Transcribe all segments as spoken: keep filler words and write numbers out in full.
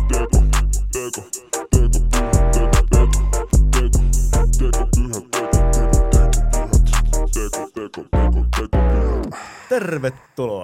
Tervetuloa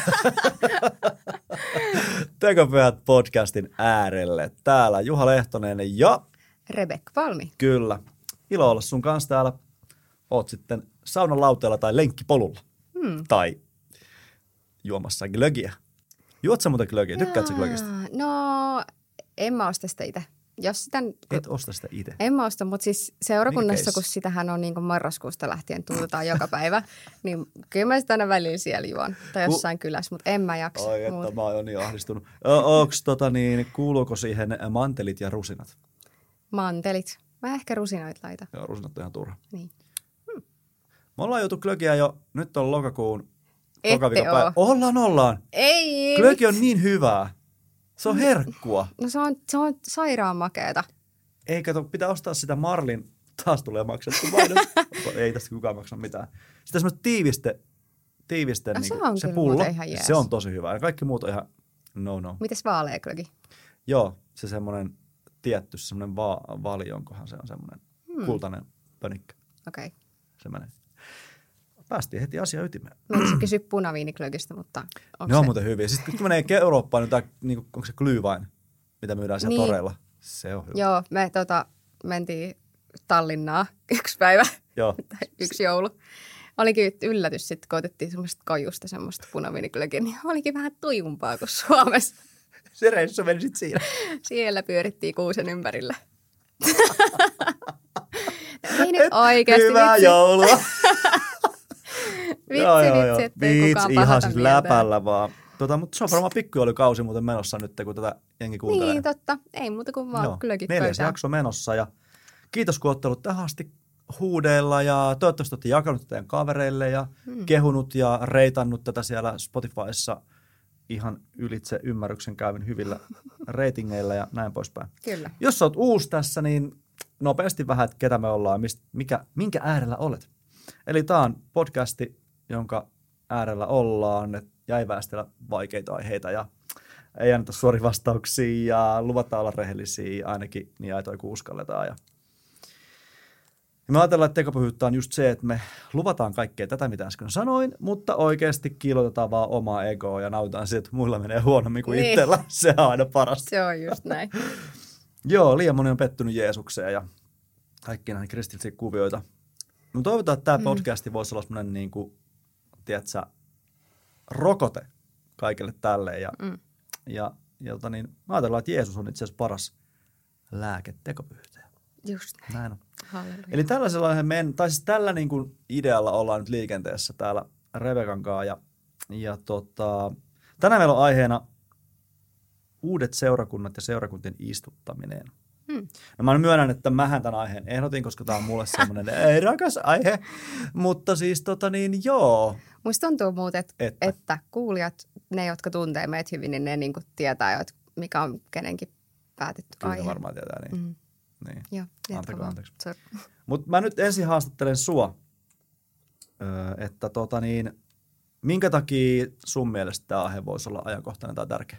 Tekopyhät podcastin äärelle. Täällä Juha Lehtonen ja Rebekka Palmi. Kyllä. Ilo olla sun kanssa täällä. Oot sitten saunan lauteella tai lenkkipolulla. Hmm. Tai juomassa glögiä. Juot sä muuten glögiä? Tykkäät sä glögistä? No, en mä osta sitä itse. Jos sitä, Et osta sitä itse? En mä osta, mutta siis seurakunnassa, kun sitähän on niin kuin marraskuusta lähtien tuutetaan joka päivä, niin kyllä mä sitä aina välillä siellä juon. Tai jossain Ku... kylässä, mutta en mä jaksa. Oi, että muuta. Mä oon niin ahdistunut. Onks tota niin, kuuluuko siihen mantelit ja rusinat? Mantelit. Mä ehkä rusinoit laita. Joo, rusinat on ihan turha. Niin. Hmm. Me ollaan joutu glögiä jo, nyt on lokakuun toka viikon päivä. Ollaan, ollaan. Ei. Glögi on niin hyvää. Se on herkkua. No se on, se on sairaan makeeta. Ei kato, pitää ostaa sitä Marlin, taas tulee maksettu mainos. Ei tästä kukaan maksa mitään. Sitä semmoista tiiviste, tiiviste no, niin se on se kyllä pullo, ihan jees. Se on tosi hyvä. Ja kaikki muut on ihan no no. Mites vaalea glögi? Joo, se semmoinen tietty semmoinen va- vali, onkohan se on semmoinen hmm. kultainen pönikkä. Okei. Okay. Se menee. Päästiin heti asian ytimeen. Mä olisin kysyä punaviiniglögistä, mutta onko ne on se... muuten hyviä. Sitten kun menee Eurooppaan, niin, tää, niin onko se Glühwein, mitä myydään siellä niin. toreilla? Se on hyvä. Joo, me tota, mentiin Tallinnaa yksi päivä, Joo. yksi joulu. Olikin yllätys sitten, kun otettiin semmoista kajusta semmoista punaviiniglögiä, niin olikin vähän tujumpaa kuin Suomessa. Se reissu meni sitten siinä. Siellä pyörittiin kuusen ympärillä. No, ei nyt oikeasti. Hyvää vitsi. joulua. Vitsi, joo, joo, vitsi, joo. ettei Vitsi, kukaan ihan pahata siis mieltä. läpällä vaan. Tota, mutta se on varmaan pikkujoulukausi muuten menossa nyt, kun tätä jengi kuuntelee. Niin, totta. Ei muuta kuin vaan glögit pöytään. Neljäs jakso menossa ja kiitos kun olette ollut tähän asti huudeilla ja toivottavasti olette jakanut teidän kavereille ja hmm. kehunut ja reitannut tätä siellä Spotifyssa ihan ylitse ymmärryksen käyvin hyvillä ratingeilla ja näin poispäin. Kyllä. Jos olet uusi tässä, niin nopeasti vähän, että ketä me ollaan, mistä, mikä, minkä äärellä olet. Eli tämä on podcasti, jonka äärellä ollaan, että jäi väestellä vaikeita aiheita ja ei anneta suoria vastauksia ja luvataan olla rehellisiä ainakin niin aitoja kuin uskalletaan. Ja, ja me ajatellaan, että tekopyhyyttä on just se, että me luvataan kaikkea tätä, mitä äsken sanoin, mutta oikeasti kiilotetaan vaan omaa egoa ja nautitaan siitä, että muilla menee huonommin kuin niin. itsellä. Se on aina parasta. Se on just näin. Joo, liian moni on pettynyt Jeesukseen ja kaikki näihin kristillisiä kuvioita. No toivotaan, että tämä mm. podcasti voisi olla semmoinen niin kuin, tiedätkö, rokote kaikille tälle. Ja, mm. ja, ja tota niin, mä ajatellaan, että Jeesus on itse asiassa paras lääke tekopyhyyteen. Just näin. Näin on. Halleluja. Eli tällaisella, men, tai siis tällä niin kuin idealla ollaan nyt liikenteessä täällä Rebekan kanssa. Ja, ja tota, tänään meillä on aiheena uudet seurakunnat ja seurakuntien istuttaminen. Hmm. No mä myönnän, että mähän tämän aiheen ehdotin, koska tämä on mulle semmoinen ei rakas aihe, mutta siis tota niin joo. Musta tuntuu muuten, että, että. että kuulijat, ne jotka tuntee meitä hyvin, niin ne niin kuin tietää jo, että mikä on kenenkin päätetty Kyllä aihe. Kyllä varmaan tietää niin. Mm. niin. Joo, Antako, anteeksi. Mutta mä nyt ensin haastattelen sua, että tota niin, minkä takia sun mielestä tämä aihe voisi olla ajankohtainen tai tärkeä?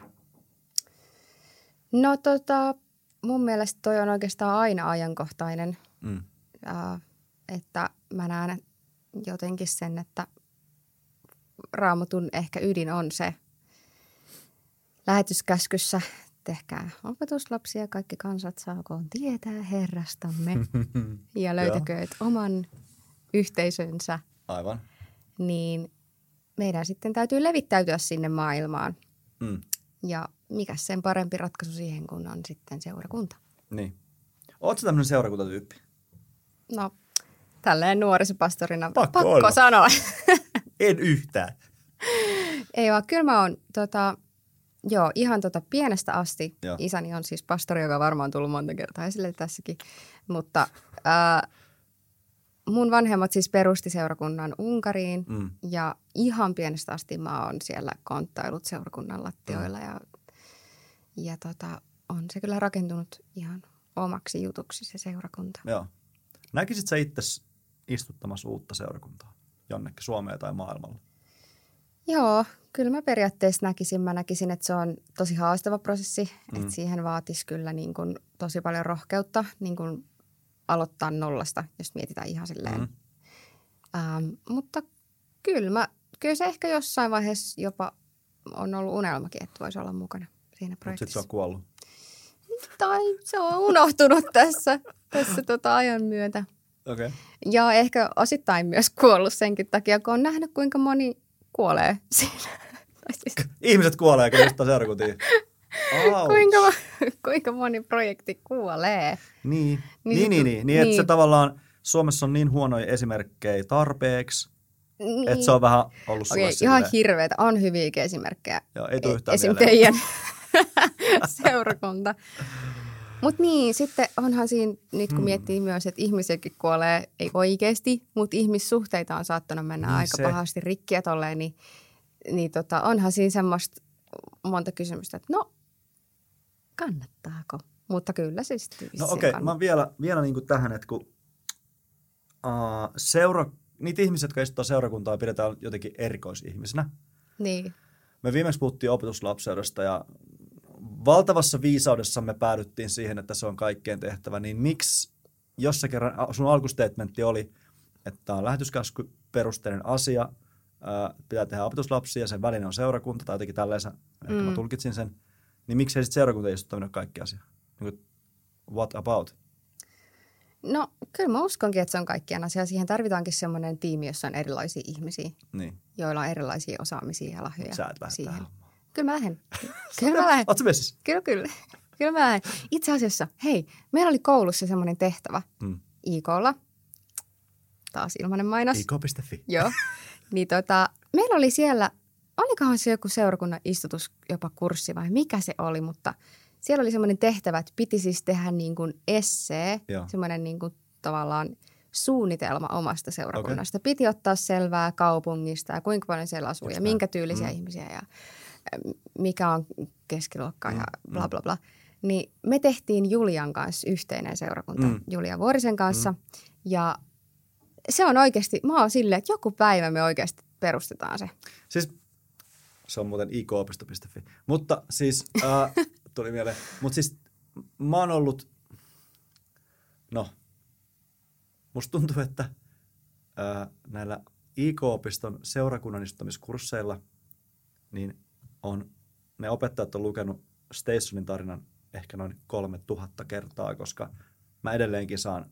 No tota... Mun mielestä toi on oikeastaan aina ajankohtainen, mm. ja, että mä näen jotenkin sen, että Raamatun ehkä ydin on se lähetyskäskyssä. Tehkää opetuslapsia, kaikki kansat saakoon tietää Herrastamme ja löytäkööt oman yhteisönsä. Aivan. Niin meidän sitten täytyy levittäytyä sinne maailmaan. Mm. Ja mikä sen parempi ratkaisu siihen, kun on sitten seurakunta. Niin. Ootko tämmöinen seurakuntatyyppi? No, tälleen nuorisopastorina pakko, pakko sanoa. En yhtään. Ei vaan, kyllä mä oon tota, joo, ihan tota pienestä asti. Joo. Isäni on siis pastori, joka varmaan on tullut monta kertaa esille tässäkin. Mutta ää, mun vanhemmat siis perusti seurakunnan Unkariin mm. ja ihan pienestä asti mä oon siellä konttailut seurakunnan lattioilla mm. ja, ja tota, on se kyllä rakentunut ihan omaksi jutuksi se seurakunta. Joo. Näkisit sä itse istuttamassa uutta seurakuntaa jonnekin Suomeen tai maailmalla? Joo, kyllä mä periaatteessa näkisin. Mä näkisin, että se on tosi haastava prosessi. Mm. Että siihen vaatisi kyllä niin kuin tosi paljon rohkeutta niin kuin aloittaa nollasta, jos mietitään ihan silleen. Mm. Ähm, mutta kyllä, mä, kyllä se ehkä jossain vaiheessa jopa on ollut unelmakin, että voisi olla mukana siinä projektissa. Sitten se on kuollut. Tai se on unohtunut tässä, tässä tota ajan myötä. Okay. Ja ehkä osittain myös kuollut senkin takia, kun on nähnyt, kuinka moni kuolee siinä. Ihmiset kuolee, kun jostain seurakuntiin. kuinka, kuinka moni projekti kuolee. Niin, niin, niin, niin, niin, niin että se tavallaan Suomessa on niin huonoja esimerkkejä tarpeeksi, niin. Että se on vähän ollut sulle okay, ihan hirveetä. On hyviäkin esimerkkejä. Joo, ei tule yhtään esim. Teidän seurakunta. Mutta niin, sitten onhan siinä, nyt kun hmm. miettii myös, että ihmisiäkin kuolee, ei oikeasti, mutta ihmissuhteita on saattanut mennä niin aika se. pahasti rikkiä tolleen, niin, niin tota, onhan siinä semmoista monta kysymystä, että no, kannattaako? Mutta kyllä se sitten No okei, okay. Mä vielä, vielä niin kuin tähän, että kun uh, seura, niitä ihmisiä, jotka istutaan seurakuntaa, pidetään jotenkin erikoisihmisinä. Niin. Me viimeksi puhuttiin opetuslapseudesta ja valtavassa viisaudessa me päädyttiin siihen, että se on kaikkien tehtävä, niin miksi, jos se kerran sun alkustatementti oli, että tämä on lähetyskäskyperusteinen asia, ää, pitää tehdä opetuslapsia, sen väline on seurakunta, tai jotenkin tällaisen, ehkä mm. mä tulkitsin sen, niin miksi ei sitten seurakunta istuttaminen kaikki asia? Niin kuin, what about? No kyllä mä uskonkin, että se on kaikkien asia. Siihen tarvitaankin semmoinen tiimi, jossa on erilaisia ihmisiä, niin. joilla on erilaisia osaamisia ja lahjoja. Sä et lähde siihen. Kyllä mä lähden. Kyllä mä lähden. Ootko messissä? Kyllä, kyllä. Kyllä mä lähden. Itse asiassa, hei, meillä oli koulussa semmoinen tehtävä mm. I K:lla. Taas ilmainen mainos. I K piste fi. Joo. Niin tota, meillä oli siellä, olikohan se joku seurakunnan istutus, jopa kurssi vai mikä se oli, mutta siellä oli semmoinen tehtävä, että piti siis tehdä niin kuin essee, Joo. semmoinen niin kuin tavallaan suunnitelma omasta seurakunnasta. Okay. Piti ottaa selvää kaupungista ja kuinka paljon siellä asuu Just ja näin. minkä tyylisiä mm. ihmisiä ja mikä on keskiluokkaa mm. ja bla bla bla. Niin me tehtiin Julian kanssa yhteinen seurakunta, mm. Julia Vuorisen kanssa. Mm. Ja se on oikeasti, mä oon silleen, että joku päivä me oikeasti perustetaan se. Siis se on muuten i k opisto piste fi. Mutta siis, äh, tuli mieleen, mutta siis mä oon ollut, no, musta tuntuu, että äh, näillä I K-opiston seurakunnan istuttamiskursseilla, niin on, ne opettajat on lukenut Stationin tarinan ehkä noin kolme tuhatta kertaa, koska mä edelleenkin saan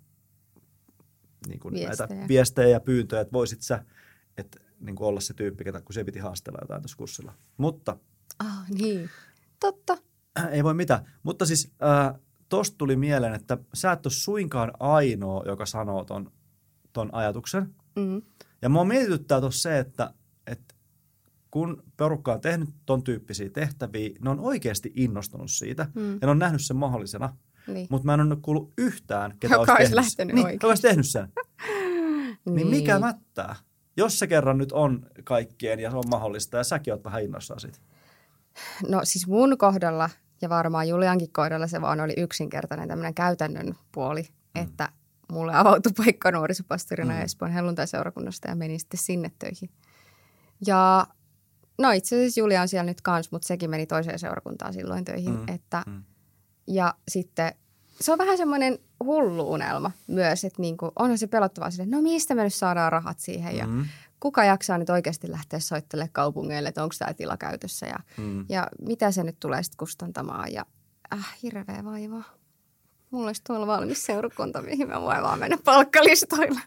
niin kuin näitä viestejä ja pyyntöjä, että voisit sä että, niin kuin olla se tyyppi, ketä, kun se piti haastella jotain tuossa kurssilla. Mutta. Ah, niin. Totta. Ei voi mitään. Mutta siis äh, tosta tuli mieleen, että sä et ole suinkaan ainoa, joka sanoo ton, ton ajatuksen. Mm. Ja mua mietityttää tuossa se, että, että kun porukka on tehnyt ton tyyppisiä tehtäviä, ne on oikeasti innostunut siitä mm. ja ne on nähnyt sen mahdollisena. Niin. Mutta mä en ole kuullut yhtään, ketä joka olisi, olisi tehnyt, niin, joka olisi tehnyt sen. niin. niin mikä mättää? Jos se kerran nyt on kaikkien ja se on mahdollista ja säkin oot vähän innoissaan siitä. No siis mun kohdalla ja varmaan Juliankin kohdalla se vaan oli yksinkertainen tämmöinen käytännön puoli, mm. että mulle avautui paikka nuorisopastorina mm. Espoon helluntaiseurakunnasta ja menin sitten sinne töihin. Ja no itse asiassa Julia on siellä nyt kans, mutta sekin meni toiseen seurakuntaan silloin töihin. Mm. Että, mm. Ja sitten se on vähän semmoinen hullu unelma myös, että niinku, onhan se pelottavaa sille, että no mistä me nyt saadaan rahat siihen ja mm. kuka jaksaa nyt oikeasti lähteä soittelemaan kaupungeille, että onko tämä tila käytössä ja, mm. ja mitä se nyt tulee sitten kustantamaan ja äh, hirveä vaiva. Mulla olisi tuolla valmis seurakunta, mihin mä voin vaan mennä palkkalistoille.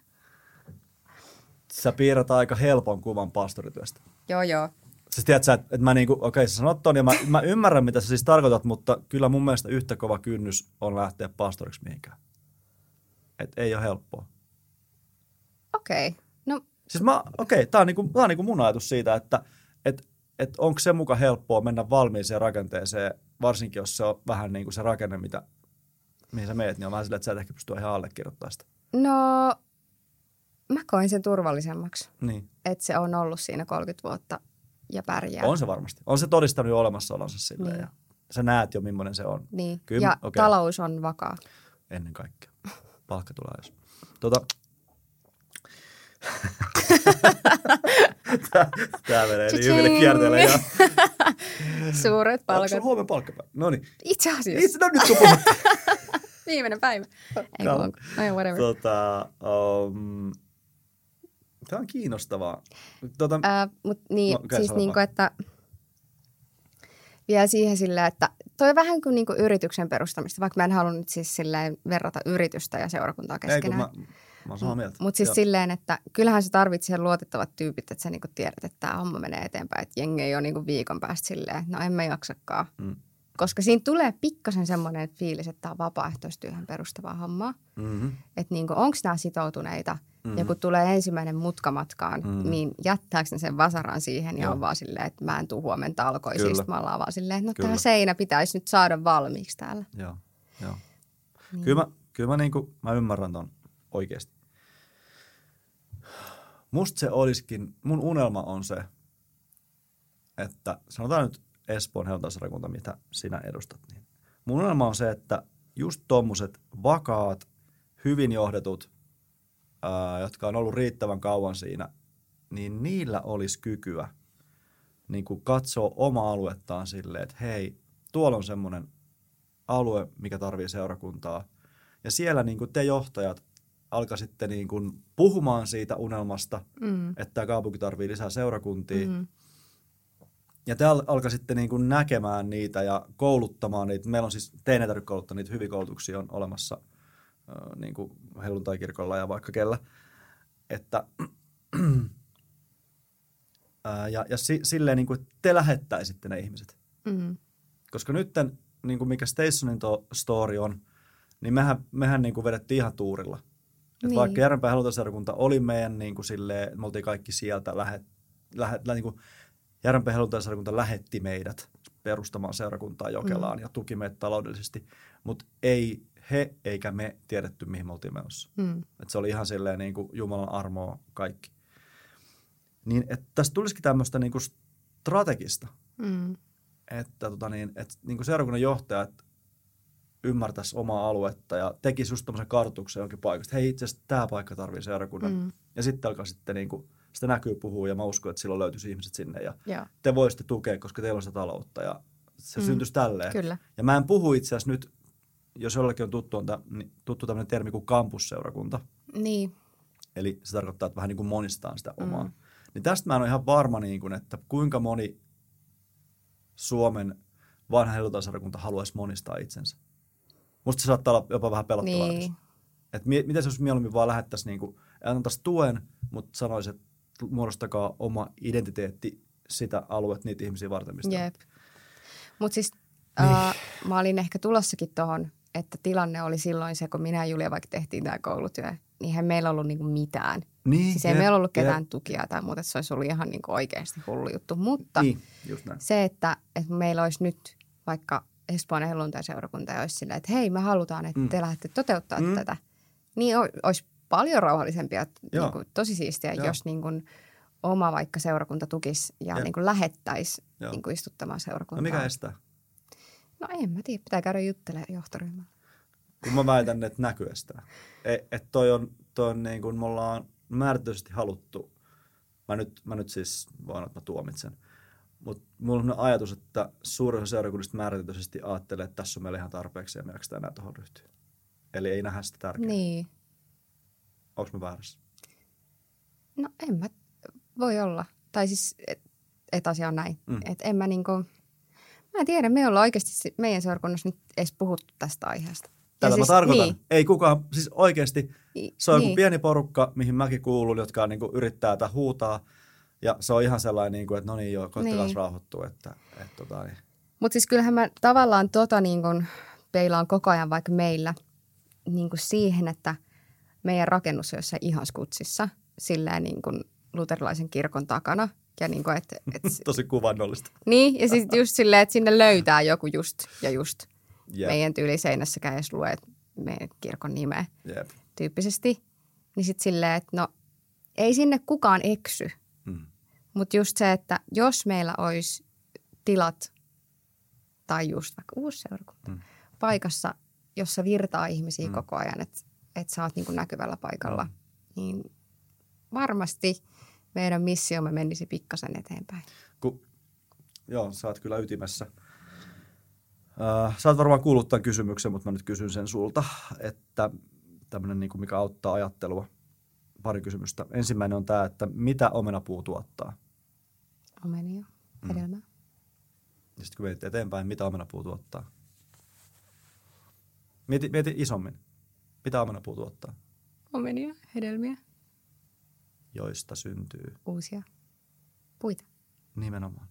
Sä piirrät aika helpon kuvan pastorityöstä. Joo, joo. Siis tiedät sä, että mä niinku, okei okay, sä sanot ton ja mä, mä ymmärrän mitä sä siis tarkoitat, mutta kyllä mun mielestä yhtä kova kynnys on lähteä pastoriksi mihinkään. Et ei ole helppoa. Okei, okay. no. Siis mä, okei, okay, tää on niinku, tää on niinku mun ajatus siitä, että et, et onko se muka helppoa mennä valmiiseen rakenteeseen, varsinkin jos se on vähän niinku se rakenne, mitä, mihin sä meet, niin on vähän silleen, että sä et ehkä pysty ihan allekirjoittamaan sitä. No, mä koin sen turvallisemmaksi. Niin. Että se on ollut siinä kolmekymmentä vuotta. Ja pärjää. On se varmasti. On se todistanut jo olemassaolonsa silleen niin. Ja sä näet jo, millainen se on. Niin. Kyllä, ja okay. Talous on vakaa. Ennen kaikkea. Palkka tulee jos. Tota. Tää menee niin hyville kierteelle. Ja... Suuret palkat. Onko sulla huomenna palkkapäivä? No niin. Itse asiassa. Itse, no nyt kun puhut. Viimeinen päivä. Ei no. onko. No whatever. Tota, um, tämä on kiinnostavaa. Tota, uh, mut niin, no, okay, siis niinku, että vielä siihen silleen, että toi on vähän kuin niinku yrityksen perustamista, vaikka mä en halua nyt siis silleen verrata yritystä ja seurakuntaa keskenään. Ei, kun mä, mä oon samaa mieltä. Mutta siis Joo. silleen, että kyllähän sä tarvitset luotettavat tyypit, että sä niinku tiedät, että tämä homma menee eteenpäin. Että jengi ei ole niinku viikon päästä silleen, että no en mä jaksakaan. Mm. Koska siinä tulee pikkasen semmoinen fiilis, että tämä on vapaaehtoistyöhön perustavaa hommaa. Mm-hmm. Että niinku, onko nämä sitoutuneita? Mm-hmm. Ja kun tulee ensimmäinen mutka matkaan, mm-hmm. niin jättääkö ne sen vasaran siihen ja Joo. on vaan silleen, että mä en tuu huomenna talkoisiin. Sitten mä ollaan vaan silleen, että no Kyllä. tämä seinä pitäisi nyt saada valmiiksi täällä. Joo, Joo. Niin. Kyllä mä, kyllä mä, niinku, mä ymmärrän ton oikeasti. Musta se olisikin, mun unelma on se, että sanotaan nyt Espoon helluntaisseurakunta, mitä sinä edustat. Niin mun unelma on se, että just tommoset vakaat, hyvin johdetut, ää, jotka on ollut riittävän kauan siinä, niin niillä olisi kykyä niin kuin katsoa oma aluettaan silleen, että hei, tuolla on semmoinen alue, mikä tarvii seurakuntaa. Ja siellä niin kuin te johtajat alkaisitte niin kuin puhumaan siitä unelmasta, mm. että tämä kaupunki tarvii lisää seurakuntia. Mm. Ja te al- alkaisitte niin kuin näkemään niitä ja kouluttamaan niitä. Meillä on siis, teidän ei tarvitse kouluttaa, niitä hyviä koulutuksia on olemassa äh, niin kuin helluntaikirkolla ja vaikka kellä. Että, äh, ja ja si- silleen, niin kuin te lähettäisitte ne ihmiset. Mm. Koska nyt, niin kuin mikä Stationin to- story on, niin mehän, mehän niin kuin vedettiin ihan tuurilla. Niin. Vaikka Järvenpään helluntaisseurakunta oli meidän, niin kuin silleen, me oltiin kaikki sieltä lähet, lähet, niin kuin Järvenpään helluntaisseurakunta lähetti meidät perustamaan seurakuntaa Jokelaan mm. ja tuki meitä taloudellisesti, mutta ei he eikä me tiedetty, mihin me oltiin menossa. Mm. Et se oli ihan silleen niin kuin Jumalan armoa kaikki. Niin, että tästä tulisikin tämmöistä niin kuin strategista, mm. että tota niin, et, niin kuin seurakunnan johtajat ymmärtäisi omaa aluetta ja tekisi just tämmöisen kartoituksen jonkin paikasta. Hei, itse asiassa tämä paikka tarvii seurakunnan. Mm. Ja sitten alkaa sitten niin kuin, sitä näkyy puhua ja mä uskon, että silloin löytyisi ihmiset sinne. Ja ja. Te voisitte tukea, koska teillä on sitä taloutta ja se mm. syntyisi tälleen. Kyllä. Ja mä en puhu itse asiassa nyt, jos jollakin on tuttu, on tä, niin, tuttu tämmöinen termi kuin kampusseurakunta. Niin. Eli se tarkoittaa, että vähän niin kuin monistaan sitä omaa. Mm. Niin tästä mä en ole ihan varma, niin kuin, että kuinka moni Suomen vanha helluntaisseurakunta haluaisi monistaa itsensä. Musta se saattaa olla jopa vähän pelottavaa. Niin. Että mi- miten se jos mieluummin vaan lähettäisiin, niin kuin, antaisi tuen, mutta sanoisi, että muodostakaa oma identiteetti sitä aluetta niitä ihmisiä varten, mistä Jep. Mutta siis niin. äh, mä olin ehkä tulossakin tuohon, että tilanne oli silloin se, kun minä ja Julia vaikka tehtiin tämä koulutyö, niin eihän meillä ollut niinku mitään. Niin, siis ei meillä ollut ketään jep. tukia tai muuta, että se olisi ollut ihan niinku oikeasti hullu juttu. Mutta niin, just näin. se, että, että meillä olisi nyt vaikka Espoon helluntaisseurakunta ja olisi silleen, että hei, me halutaan, että mm. te lähdette toteuttaa mm. tätä, niin olisi paljon rauhallisempia, niin kuin, tosi siistiä, Joo. jos niin kuin, oma vaikka seurakunta tukisi ja niin kuin, lähettäisi niin kuin, istuttamaan seurakuntaa. No mikä estää? No en mä tiedä, pitää käydä juttelemaan johtoryhmällä. Kun mä väitän, että näky estää. Että et toi on, toi on niin kuin me ollaan määrätietoisesti haluttu, mä nyt, mä nyt siis voin, että mä tuomitsen, mutta mulla on ajatus, että suurin osa seurakunnista määrätietoisesti ajattelee, että tässä on meillä ihan tarpeeksi ja me jaksetaan enää tuohon ryhtyä. Eli ei nähdä sitä tärkeää. Niin. Onko mä väärässä? No en mä, voi olla. Tai siis, että et asia on näin. Mm. Että en mä niinku, mä en tiedä, me ei olla oikeasti meidän seurakunnassa nyt edes puhuttu tästä aiheesta. Tätä siis, mä tarkoitan. Niin. Ei kukaan, siis oikeasti se on niin. joku pieni porukka, mihin mäkin kuulun, jotka niinku yrittää tai huutaa. Ja se on ihan sellainen, niinku, että no niin joo, koittakaa niin. rauhoittua. Että, et, tota, niin. Mutta siis kyllähän mä tavallaan tota niin kun peilaan koko ajan vaikka meillä niin kun siihen, että meidän rakennus on jossain ihaskutsissa, silleen niin kuin luterilaisen kirkon takana. Ja niin kuin, et, et, Tosi kuvannollista. Niin, ja sitten just silleen, että sinne löytää joku just ja just yep. meidän tyyliseinässäkään edes lue meidän kirkon nimeä yep. tyyppisesti. Niin sitten silleen, että no ei sinne kukaan eksy. Mm. Mutta just se, että jos meillä olisi tilat tai just vaikka uusi seurakunta mm. paikassa, jossa virtaa ihmisiä mm. koko ajan, että että sä oot niin kuin näkyvällä paikalla, mm. niin varmasti meidän missiomme menisi pikkasen eteenpäin. Ku, joo, sä oot kyllä ytimessä. Äh, sä oot varmaan kuullut tämän kysymyksen, mutta mä nyt kysyn sen sulta, että tämmöinen, niin kuin mikä auttaa ajattelua. Pari kysymystä. Ensimmäinen on tämä, että mitä omenapuu tuottaa? Omenia, hedelmää. Mm. Ja sitten kun mietit eteenpäin, mitä omenapuu tuottaa? Mieti, mieti isommin. Mitä omenapuu tuottaa? Omenia, hedelmiä. Joista syntyy? Uusia puita. Nimenomaan.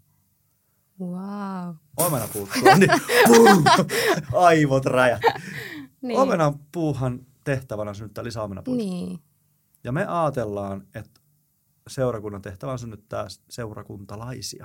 Wow. Omenapuu tuo, niin pum, aivot räjät. Niin. Omenapuuhan tehtävänä synnyttää lisää omenapuita. Niin. Ja me ajatellaan, että seurakunnan tehtävä on synnyttää seurakuntalaisia.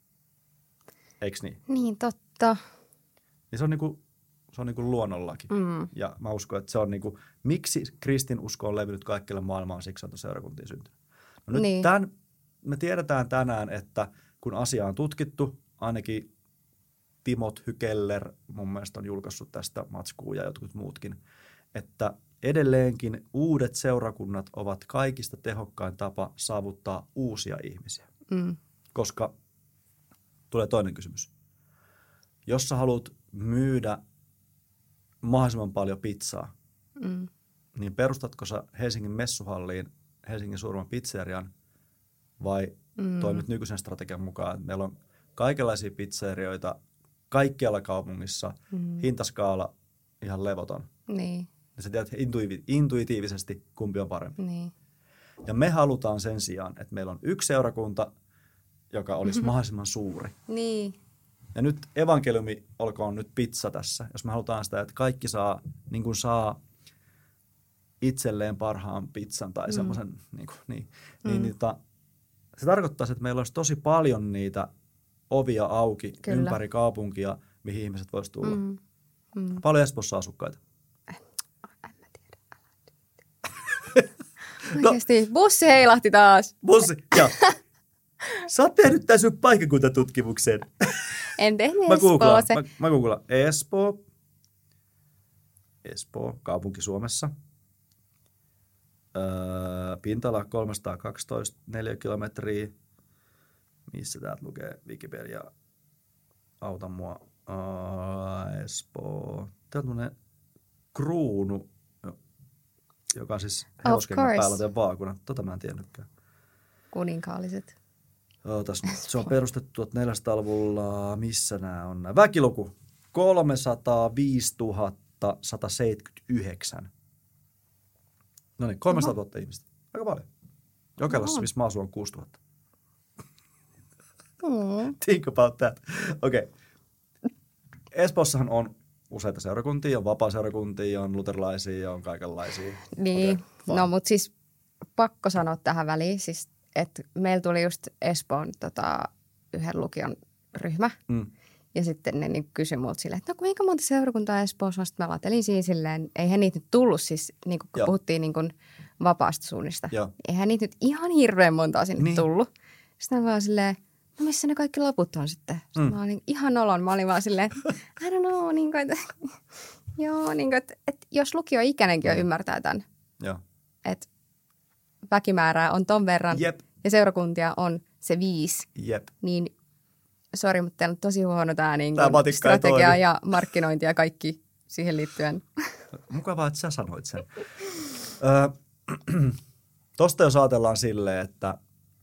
Eiks niin? Niin, totta. Niin se on niinku, se on niinku luonnollakin. Mm. Ja mä uskon, että se on niinku, miksi kristinusko on levinnyt kaikille maailmaan, siksi on seurakuntiin syntynyt. No nyt niin. tämän, me tiedetään tänään, että kun asia on tutkittu, ainakin Timot Hykeller mun mielestä on julkaissut tästä matskua ja jotkut muutkin, että edelleenkin uudet seurakunnat ovat kaikista tehokkain tapa saavuttaa uusia ihmisiä. Mm. Koska tulee toinen kysymys. Jos sä haluat myydä mahdollisimman paljon pizzaa, mm. niin perustatko sä Helsingin messuhalliin Helsingin suurimman pizzerian vai mm. toimit nykyisen strategian mukaan, että meillä on kaikenlaisia pizzerioita kaikkialla kaupungissa, mm. hintaskaala ihan levoton. Niin. Ja sä tiedät intuivi- intuitiivisesti, kumpi on parempi. Niin. Ja me halutaan sen sijaan, että meillä on yksi seurakunta, joka olisi mahdollisimman suuri. Niin. Ja nyt evankeliumi olkoon nyt pizza tässä. Jos me halutaan sitä, että kaikki saa, niin kuin saa itselleen parhaan pizzan tai mm. semmoisen, niin, kuin, niin, mm. niin niitä, se tarkoittaa, että meillä olisi tosi paljon niitä ovia auki Kyllä. ympäri kaupunkia, mihin ihmiset voisivat tulla. Mm. Mm. Paljon Espoossa asukkaita. En, en mä tiedä, älä Oikeasti, no, bussi heilahti taas. Bussi, joo. Sä oot tehnyt tämän sun paikkakuntatutkimuksen. En tehnyt mä googlaan, Espoo. Mä, mä googlaan. Espoo. Espoo, kaupunki Suomessa. Öö, pinta-ala kolmesataakaksitoista neliökilometriä. Missä täältä lukee Wikipedia? Auta mua. Öö, Espoo. Tämä on tämmöinen kruunu, joka on siis hevoskengän päällä tämän vaakuna. Tota mä en tiennytkään. Kuninkaalliset. Ootas nyt. Se on perustettu tuhatneljäsataaluvulla. Missä nämä on? Nämä? Väkiluku. kolmesataaviisituhatta sata seitsemänkymmentäyhdeksän. No niin, kolmesataatuhatta ihmistä. Aika paljon. Jokelassa, missä mä asun, on kuusituhatta. Mm. Think about that. Okei. Okay. Espoossahan on useita seurakuntia, on vapaa-seurakuntia, on luterilaisia, on kaikenlaisia. Niin, okay, no mutta siis pakko sanoa tähän väliin, siis, että meillä tuli just Espoon tota, yhden lukion ryhmä. Mm. Ja sitten ne niin kysyi multa silleen, että no kuinka monta seurakuntaa Espoossa. Sitten mä latelin siinä silleen, eihän niitä nyt tullut siis, niin kun Joo. puhuttiin niin kun vapaasta suunnista. Joo. Eihän niitä nyt ihan hirveän montaa sinne niin. tullut. Sitten mä vaan silleen, no missä ne kaikki loput on sitten? Sitten mm. mä olin ihan olon. Mä olin vaan silleen, I don't know, niin kuin, että, joo, niin kuin, että, että jos lukioikäinenkin jo ymmärtää tämän, Joo. että väkimäärää on ton verran Jep. ja seurakuntia on se viisi, Jep. niin sori, mutta teillä on tosi huono tämä niin kuin strategia ja markkinointi ja kaikki siihen liittyen. Mukavaa, että sä sanoit sen. Tuosta jos ajatellaan silleen, että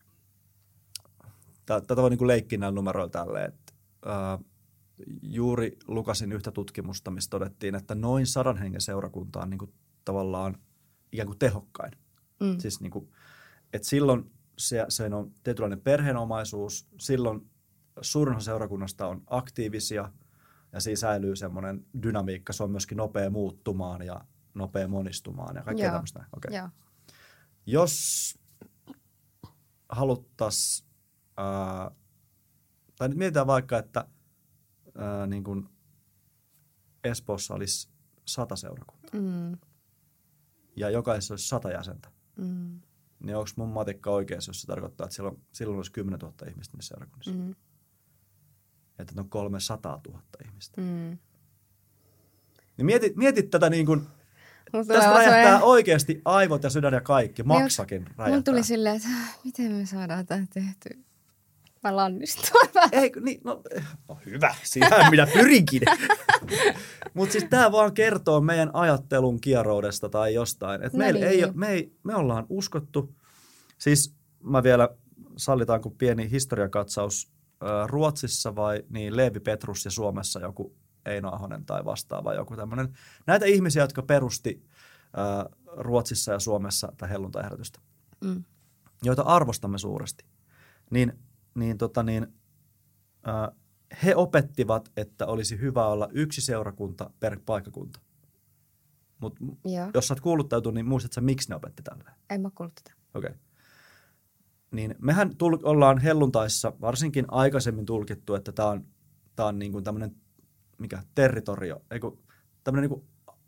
tätä voi niin kuin leikkiä näillä numeroilla tälleen, että uh, juuri lukasin yhtä tutkimusta, missä todettiin, että noin sadan hengen seurakunta on niin kuin tavallaan ikään kuin tehokkain. Mm. Siis niin kuin, että silloin se, se on tietynlainen perheenomaisuus, silloin suurin osa seurakunnasta on aktiivisia ja siinä säilyy semmoinen dynamiikka, se on myöskin nopea muuttumaan ja nopea monistumaan ja kaikkea tämmöistä. Okay. Jos haluttaisiin Uh, tai nyt mietitään vaikka, että uh, niin kuin Espoossa olisi sata seurakuntaa mm. ja jokaisessa olisi sata jäsentä, mm. niin onko mun matikka oikeassa, jos se tarkoittaa, että silloin, silloin olisi kymmenentuhatta ihmistä niissä seurakunnissa? Mm. Että on kolmesataatuhatta ihmistä. Mm. Niin mietit, mietit tätä niin kuin, Tästä räjähtää oikeasti aivot ja sydän ja kaikki. Maksakin räjähtää. Mun tuli silleen, että miten me saadaan tämä tehtyä. Mä lannistuin. Ei, niin, no, no hyvä, siihen minä pyrinkin. Mutta siis tämä vaan kertoo meidän ajattelun kieroudesta tai jostain. Et no meillä niin. ei, me, ei, me ollaan uskottu, siis mä vielä sallitaan kuin pieni historiakatsaus äh, Ruotsissa vai niin Leevi Petrus ja Suomessa joku Eino Ahonen tai vastaava joku tämmöinen. Näitä ihmisiä, jotka perusti äh, Ruotsissa ja Suomessa tätä helluntaiherätystä, mm. joita arvostamme suuresti, niin niin, tota niin, äh, he opettivat, että olisi hyvä olla yksi seurakunta per paikkakunta. Mutta jos sä oot kuuluttautunut, niin muistatko sä, miksi ne opetti tälleen? En mä kuullut tätä. Okei. Okay. Niin mehän tul- ollaan helluntaissa varsinkin aikaisemmin tulkittu, että tämä on, tää on niinku tämmöinen, mikä, territorio, eiku, tämmöinen niinku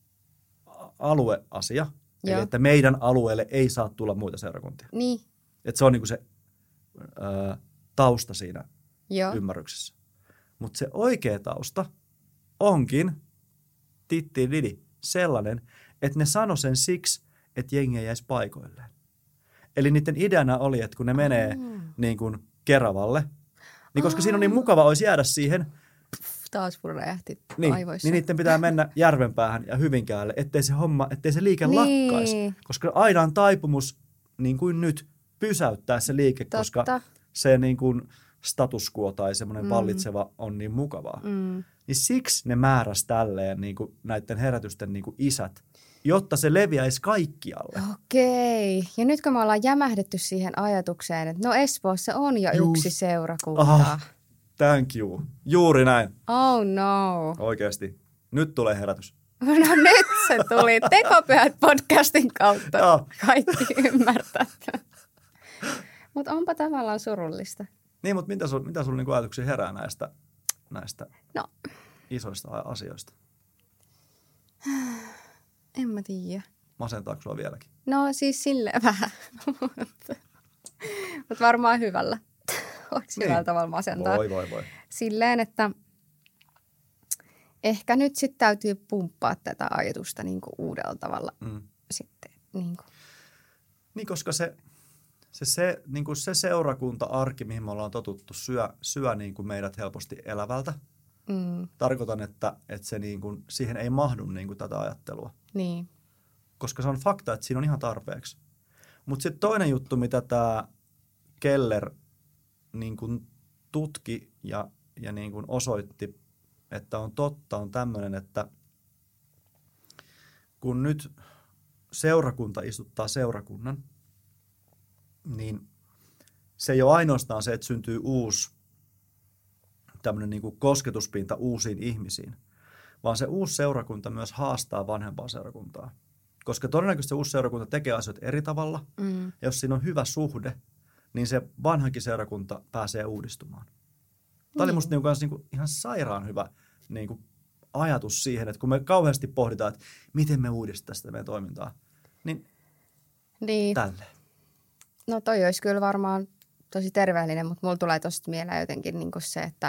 alueasia. Joo. Eli että meidän alueelle ei saa tulla muita seurakuntia. Niin. Että se on niinku se Öö, tausta siinä Joo. ymmärryksessä. Mutta se oikea tausta onkin titti didi sellainen, että ne sano sen siksi, että jengi ei jäisi paikoilleen. Eli niiden ideana oli, että kun ne menee mm. niin kuin Keravalle, niin koska mm. siinä on niin mukava olisi jäädä siihen. Pff, taas mun räjähti niin, aivoissa. Niin niiden pitää mennä Järvenpäähän ja Hyvinkäälle, ettei se homma, ettei se liike niin. lakkaisi. Koska aina on taipumus, niin kuin nyt, pysäyttää se liike, Totta. koska se niin kuin status quo tai semmoinen mm. vallitseva on niin mukavaa. Mm. Niin siksi ne määräsi tälleen niin kuin näiden herätysten niin kuin isät, jotta se leviäisi kaikkialle. Okei. Ja nyt kun me ollaan jämähdetty siihen ajatukseen, että no Espoossa on jo Just. yksi seurakunta. Aha, thank you. Juuri näin. Oh no. Oikeasti. Nyt tulee herätys. No nyt se tuli. Tekopyhät podcastin kautta. Joo. Kaikki ymmärtää. Mutta onpa tavallaan surullista. Niin, mutta mitä sinulla mitä sul niinku ajatuksia herää näistä, näistä no. isoista asioista? En mä tiedä. Masentaako sinua vieläkin? No siis silleen vähän. Mutta varmaan hyvällä. Voiko niin. hyvällä tavalla masentaa? Voi, voi, voi. Silleen, että ehkä nyt sitten täytyy pumppaa tätä ajatusta niinku uudella tavalla mm. sitten. Niinku. Niin, koska se... Se, se, niin kuin se seurakunta-arki, mihin me ollaan totuttu, syö, syö niin kuin meidät helposti elävältä. Mm. Tarkoitan, että, että se niin kuin, siihen ei mahdu niin kuin tätä ajattelua. Niin. Koska se on fakta, että siinä on ihan tarpeeksi. Mutta sitten toinen juttu, mitä tämä Keller niin kuin tutki ja, ja niin kuin osoitti, että on totta, on tämmöinen, että kun nyt seurakunta istuttaa seurakunnan, niin se ei ole ainoastaan se, että syntyy uusi tämmöinen niin kuin kosketuspinta uusiin ihmisiin, vaan se uusi seurakunta myös haastaa vanhempaa seurakuntaa. Koska todennäköisesti se uusi seurakunta tekee asioita eri tavalla, mm. ja jos siinä on hyvä suhde, niin se vanhankin seurakunta pääsee uudistumaan. Tämä mm. oli musta niin kuin, niin kuin ihan sairaan hyvä niin kuin ajatus siihen, että kun me kauheasti pohditaan, että miten me uudistetaan sitä meidän toimintaa, niin, niin. tälleen. No toi olisi kyllä varmaan tosi terveellinen, mutta mulla tulee tosta mieleen jotenkin niin kuin se, että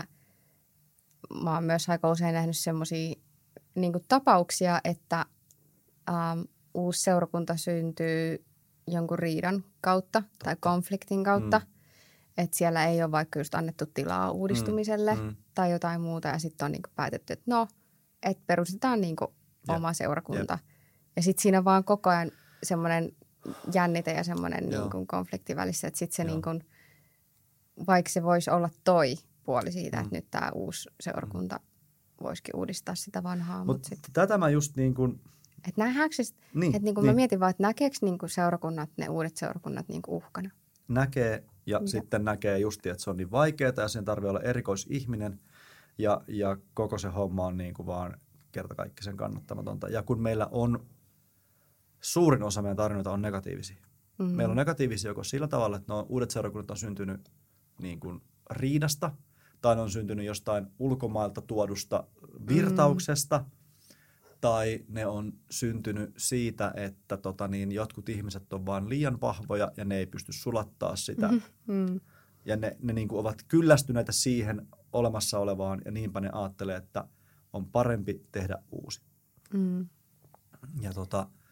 mä oon myös aika usein nähnyt semmoisia niin kuin tapauksia, että ähm, uusi seurakunta syntyy jonkun riidan kautta Totta. tai konfliktin kautta. Mm. Että siellä ei ole vaikka just annettu tilaa uudistumiselle mm. Mm. tai jotain muuta ja sitten on niin kuin päätetty, että no, että perustetaan niin kuin oma seurakunta. Jep. Ja sitten siinä vaan koko ajan semmoinen jännite ja semmoinen niin kuin konflikti välissä, että sitten se niin kuin, vaikka se voisi olla toi puoli siitä, mm. että nyt tämä uusi seurakunta voisikin uudistaa sitä vanhaa. Mutta Mut sit, tätä mä just niin kuin... Että nähdäänkö, niin, että niin kuin niin. mä mietin vaan, että näkeekö niin kuin seurakunnat, ne uudet seurakunnat niin kuin uhkana? Näkee ja Mitä? sitten näkee justi, että se on niin vaikeaa ja sen tarvitsee olla erikoisihminen ja, ja koko se homma on niin kuin vaan kertakaikkisen kannattamatonta. Ja kun meillä on suurin osa meidän tarinoita on negatiivisia. Mm-hmm. Meillä on negatiivisia joko sillä tavalla, että no, uudet seurakunnat on syntynyt niin kuin riidasta, tai ne on syntynyt jostain ulkomailta tuodusta virtauksesta, mm-hmm. tai ne on syntynyt siitä, että tota niin, jotkut ihmiset on vaan liian vahvoja ja ne ei pysty sulattaa sitä. Mm-hmm. Ja ne, ne niin kuin ovat kyllästyneitä siihen olemassa olevaan, ja niinpä ne ajattelee, että on parempi tehdä uusi. Mm-hmm. Ja tota...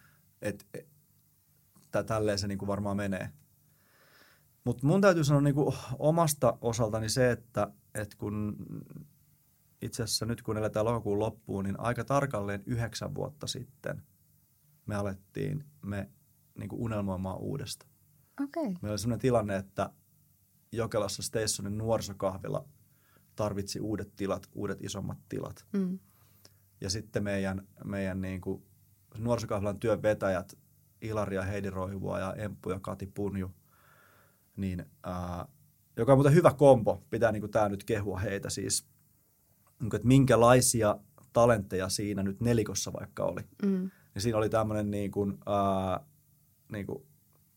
että et, tälleen se niinku varmaan menee. Mutta mun täytyy sanoa niinku omasta osaltani se, että et kun itse asiassa nyt kun eletään lokakuun loppuun, niin aika tarkalleen yhdeksän vuotta sitten me alettiin me niinku unelmoimaan uudesta. Okay. Meillä oli sellainen tilanne, että Jokelassa Stationin nuorisokahvila tarvitsi uudet tilat, uudet isommat tilat. Mm. Ja sitten meidän, meidän niinku nuorisokahvilan työnvetäjät, Ilari ja Heidi Roivua ja Emppu ja Kati Punju, niin, ää, joka on muuten hyvä kombo, pitää niinku tää nyt kehua heitä siis, niinku, että minkälaisia talentteja siinä nyt nelikossa vaikka oli. Mm. Ja siinä oli tämmöinen niinku, ää, niinku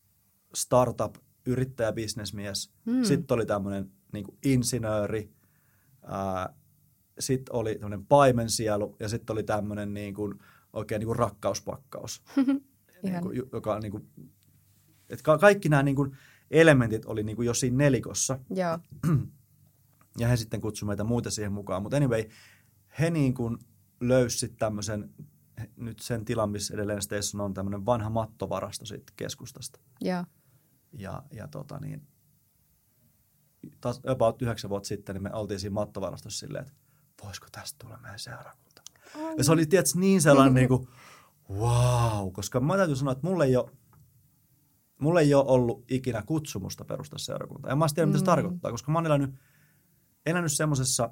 startup-yrittäjä-bisnesmies, mm. sitten oli tämmöinen niinku insinööri, ää, sitten oli tämmöinen paimensielu ja sitten oli tämmöinen niinku, oikein niinku rakkauspakkaus, niinku, joka on niinku, että ka- kaikki nämä niinku elementit oli niinku jo siinä nelikossa. Joo. Ja he sitten kutsuivat meitä muita siihen mukaan. Mutta anyway, he niinku löysivät tämmöisen, nyt sen tilan, missä edelleen Station on tämmöinen vanha mattovarasto siitä keskustasta. Joo. Ja, ja tota niin, taas about yhdeksän vuotta sitten niin me oltiin siinä mattovarastossa silleen, että voisiko tästä tulla meidän seurakunta. Oh, ja se oli tietysti niin sellainen niin kuin, wow, koska mä täytyy sanoa, että mulle ei ole, mulle ei ole ollut ikinä kutsumusta perustaa seurakuntaa. En mä tiedä, mitä se mm. tarkoittaa, koska mä oon elänyt, elänyt semmoisessa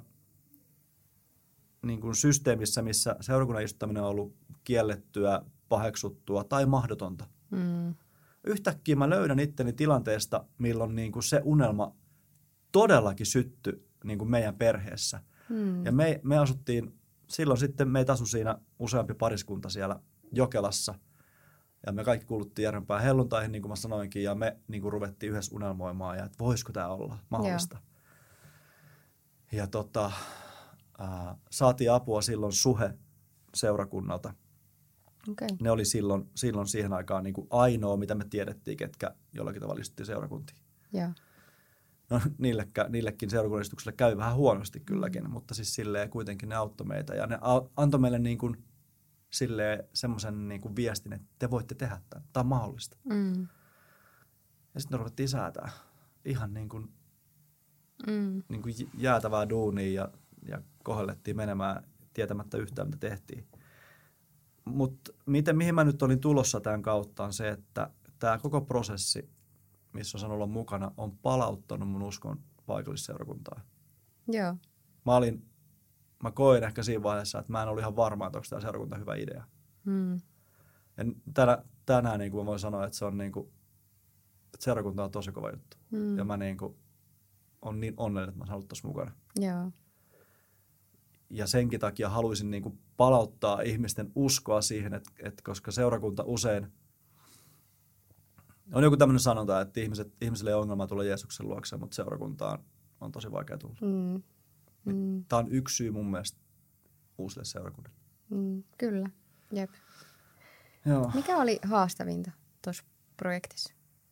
niin kuin systeemissä, missä seurakunnan istuttaminen on ollut kiellettyä, paheksuttua tai mahdotonta. Mm. Yhtäkkiä mä löydän itteni tilanteesta, milloin niin kuin se unelma todellakin syttyi niin kuin meidän perheessä. Mm. Ja me, me asuttiin, silloin sitten meitä asui siinä useampi pariskunta siellä Jokelassa. Ja me kaikki kuuluttiin Järvenpään helluntaihin, niin kuin mä sanoinkin, ja me niin kuin ruvettiin yhdessä unelmoimaan, ja että voisiko tämä olla mahdollista. Yeah. Ja tota, äh, saatiin apua silloin Suhe-seurakunnalta. Okay. Ne oli silloin, silloin siihen aikaan niin kuin ainoa, mitä me tiedettiin, ketkä jollakin tavalla istuttiin seurakuntiin. Yeah. No niillekä, niillekin seurakunnallistuksille käy vähän huonosti kylläkin, mm. mutta siis silleen kuitenkin ne auttoi meitä. Ja ne antoi meille niin kuin silleen semmoisen niin kuin viestin, että te voitte tehdä tämän. Tämä on mahdollista. Mm. Ja sitten me ruvettiin säätää ihan niin kuin, mm. niin kuin jäätävää duunia ja, ja kohellettiin menemään tietämättä yhtään, mitä tehtiin. Mutta mihin mä nyt olin tulossa tämän kautta on se, että tämä koko prosessi, missä on saanut olla mukana, on palauttanut mun uskon paikallisseurakuntaa. Joo. Mä olin, mä koin ehkä siinä vaiheessa, että mä en ollut ihan varma, että onko tämä seurakunta hyvä idea. Mm. Ja tänä, tänään niin kuin mä voin sanoa, että se on niin kuin, että seurakunta on tosi kova juttu. Mm. Ja mä niin kuin, on niin onnellinen, että mä saan olla tuossa mukana. Joo. Ja senkin takia haluaisin niin kuin palauttaa ihmisten uskoa siihen, että, että koska seurakunta usein on joku tämmöinen sanonta, että ihmiset, ihmisille ei ole ongelmaa tulla Jeesuksen luokse, mutta seurakuntaan on tosi vaikea tulla. Mm. Mm. Tämä on yksi syy mun mielestä uusille seurakunnille. Mm. Kyllä, jep. Joo. Mikä oli haastavinta tuossa projektissa?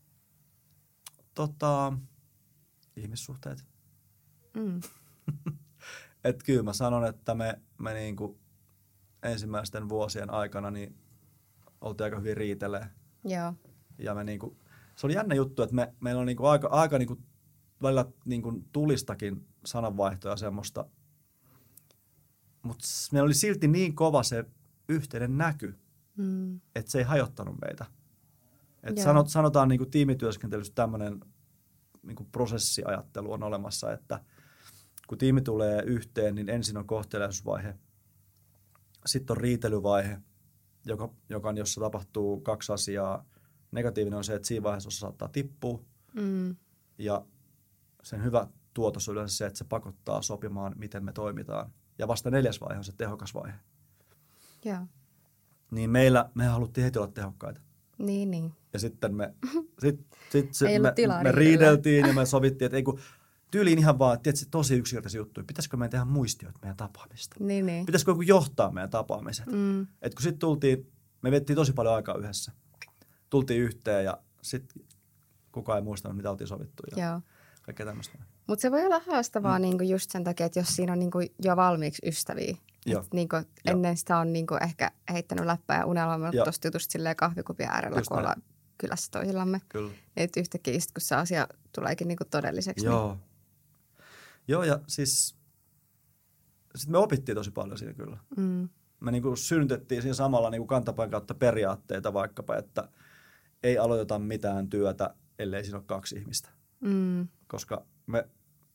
Tota, ihmissuhteet. Mm. Että kyllä mä sanon, että me, me niinku ensimmäisten vuosien aikana niin oltiin aika hyvin riitelee. Joo. Ja me niinku, se oli jännä juttu, että me, meillä on niinku aika, aika niinku välillä niinku tulistakin sananvaihtoja semmoista, mutta meillä oli silti niin kova se yhteinen näky, mm. että se ei hajottanut meitä. Et sanot, sanotaan niinku tiimityöskentelyssä tämmöinen niinku prosessiajattelu on olemassa, että kun tiimi tulee yhteen, niin ensin on kohteliaisuusvaihe, sitten on riitelyvaihe, joka, joka on, jossa tapahtuu kaksi asiaa. Negatiivinen on se, että siinä vaiheessa osa saattaa tippua, mm. ja sen hyvä tuotos on yleensä se, että se pakottaa sopimaan, miten me toimitaan. Ja vasta neljäs vaihe on se tehokas vaihe. Joo. Niin meillä, me haluttiin heti olla tehokkaita. Niin, niin. Ja sitten me, sit, sit, sit ei me, me riideltiin ja me sovittiin, että ei kun tyyliin ihan vaan, että se tosi yksinkertaisia juttuja. Pitäisikö meidän tehdä muistioita meidän tapaamista? Niin, niin. Pitäisikö joku johtaa meidän tapaamiset? Mm. Että kun sitten tultiin, me vettiin tosi paljon aikaa yhdessä. Tultiin yhteen ja sitten kukaan ei muistanut, mitä oltiin sovittu. Ja Joo. kaikkea tämmöistä. Mutta se voi olla haastavaa mm. niinku just sen takia, että jos siinä on niinku jo valmiiksi ystäviä, Niinku, ennen sitä on niinku ehkä heittänyt läppää ja unelmoinut tuosta jutusta silleen kahvikupin äärellä, just kun ollaan kylässä toisillamme. Että yhtäkkiä sit, kun se asia tuleekin niinku todelliseksi. Joo. Niin... Joo, ja siis sit me opittiin tosi paljon siinä kyllä. Mm. Me niinku synnytettiin siinä samalla niinku kantapään kautta periaatteita vaikkapa, että ei aloiteta mitään työtä, ellei siinä ole kaksi ihmistä. Mm. Koska me,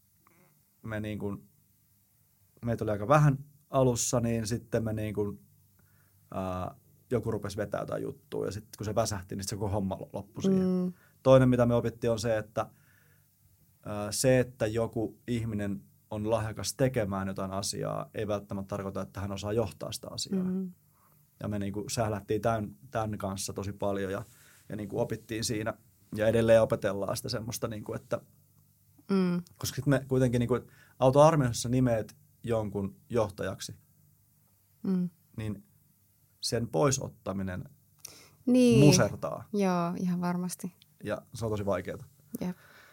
me niinku, meitä oli aika vähän alussa, niin sitten me niinku, ää, joku rupesi vetää jotain juttua ja sitten kun se väsähti, niin se koko homma loppui siihen. Mm. Toinen, mitä me opittiin, on se, että ää, se, että joku ihminen on lahjakas tekemään jotain asiaa, ei välttämättä tarkoita, että hän osaa johtaa sitä asiaa. Mm. Ja me niinku sählättiin tämän, tämän kanssa tosi paljon ja, ja niinku opittiin siinä. Ja edelleen opetellaan sitä semmoista, niinku, että mm. koska me kuitenkin niinku, autoarmeijassa nimeet jonkun johtajaksi, mm. niin sen poisottaminen niin. musertaa. Joo, ihan varmasti. Ja se on tosi vaikeaa. Jep.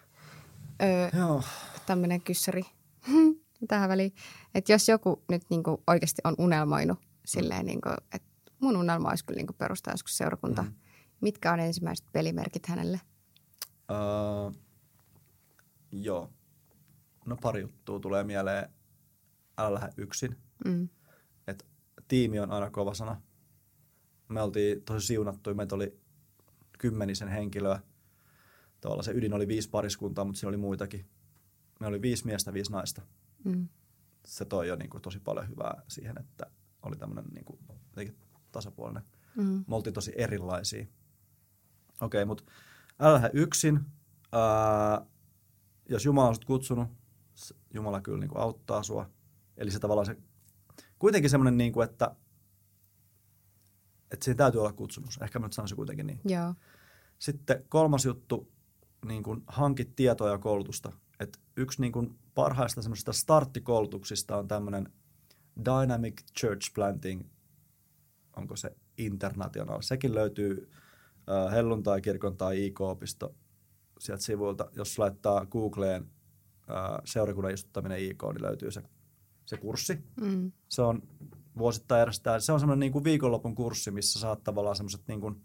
Öö, Joo. Tämmöinen kyssäri tähän väliin. Että jos joku nyt niinku oikeasti on unelmoinut silleen, niinku, että mun unelma olisi kyllä niinku perustaa joskus seurakunta. Mm. Mitkä on ensimmäiset pelimerkit hänelle? Uh, joo. No pari juttua tulee mieleen. Älä lähde yksin. Mm. Et tiimi on aina kova sana. Me oltiin tosi siunattuja. Meitä oli kymmenisen henkilöä. Tavallaan se ydin oli viisi pariskuntaa, mutta siinä oli muitakin. Me oli viisi miestä, viisi naista. Mm. Se toi jo niin kuin tosi paljon hyvää siihen, että oli tämmöinen niin kuin tasapuolinen. Mm. Me oltiin tosi erilaisia. Okei, okay, mutta älä lähde yksin. Ää, jos Jumala on sut kutsunut, Jumala kyllä niin kuin auttaa sua. Eli se tavallaan se, kuitenkin semmoinen, niin kuin, että, että siinä täytyy olla kutsumus. Ehkä mä nyt sanoisin kuitenkin niin. Joo. Sitten kolmas juttu, niin kuin hankit tietoa ja koulutusta. Et yksi niin kuin parhaista semmoisista starttikoulutuksista on tämmöinen Dynamic Church Planting, onko se International. Sekin löytyy äh, Helluntai-kirkon tai I K-opisto sieltä sivuilta. Jos laittaa Googleen äh, seurakunnan istuttaminen I K, niin löytyy se, se kurssi. Mm. Se on vuosittain järjestetään. Se on semmoinen niin kuin viikonlopun kurssi, missä saat tavallaan semmoiset niin kuin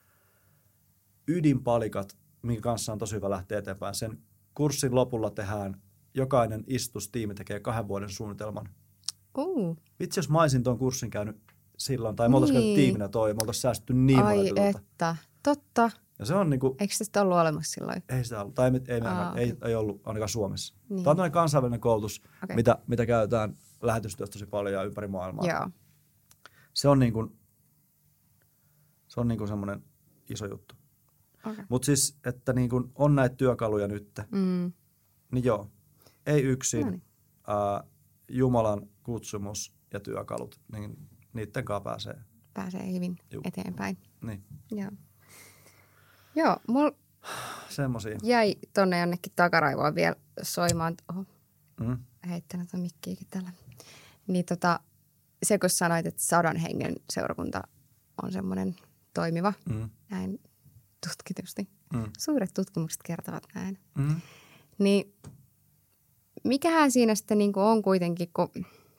ydinpalikat, minkä kanssa on tosi hyvä lähteä eteenpäin. Sen kurssin lopulla tehdään, jokainen istustiimi tekee kahden vuoden suunnitelman. Uh. Vitsi, jos mä olisin tuon kurssin käynyt silloin, tai me oltaisiin niin. käynyt tiiminä toi, me oltaisiin säästetty niin Ai paljon Ai että, totta. Ja se on niinku... Eikö sitä ollut olemassa silloin? Ei sitä ollut, tai ei, ei, Aa, ei, okay. ei ollut ainakaan Suomessa. Niin. Tämä on tämmöinen kansainvälinen koulutus, okay. mitä, mitä käytetään lähetystyössä tosi paljon ja ympäri maailmaa. Joo. Se on niinku, se on niinku semmoinen iso juttu. Okay. Mutta siis, että niinku on näitä työkaluja nyt, mm. niin joo, ei yksin, no niin. äh, Jumalan kutsumus ja työkalut, niin niiden kanssa pääsee. Pääsee hyvin Juh. eteenpäin. Niin. Joo. Joo, mulla semmosia. Jäi tonne jonnekin takaraivoon vielä soimaan. Oho, mm. heittänyt ton mikkiäkin tällä. Niin tota, se kun sanoit, että sadan hengen seurakunta on semmoinen toimiva, mm. näin tutkitusti. Mm. Suuret tutkimukset kertovat näin. Mm. Niin mikähän siinä sitten niin kuin on kuitenkin, kun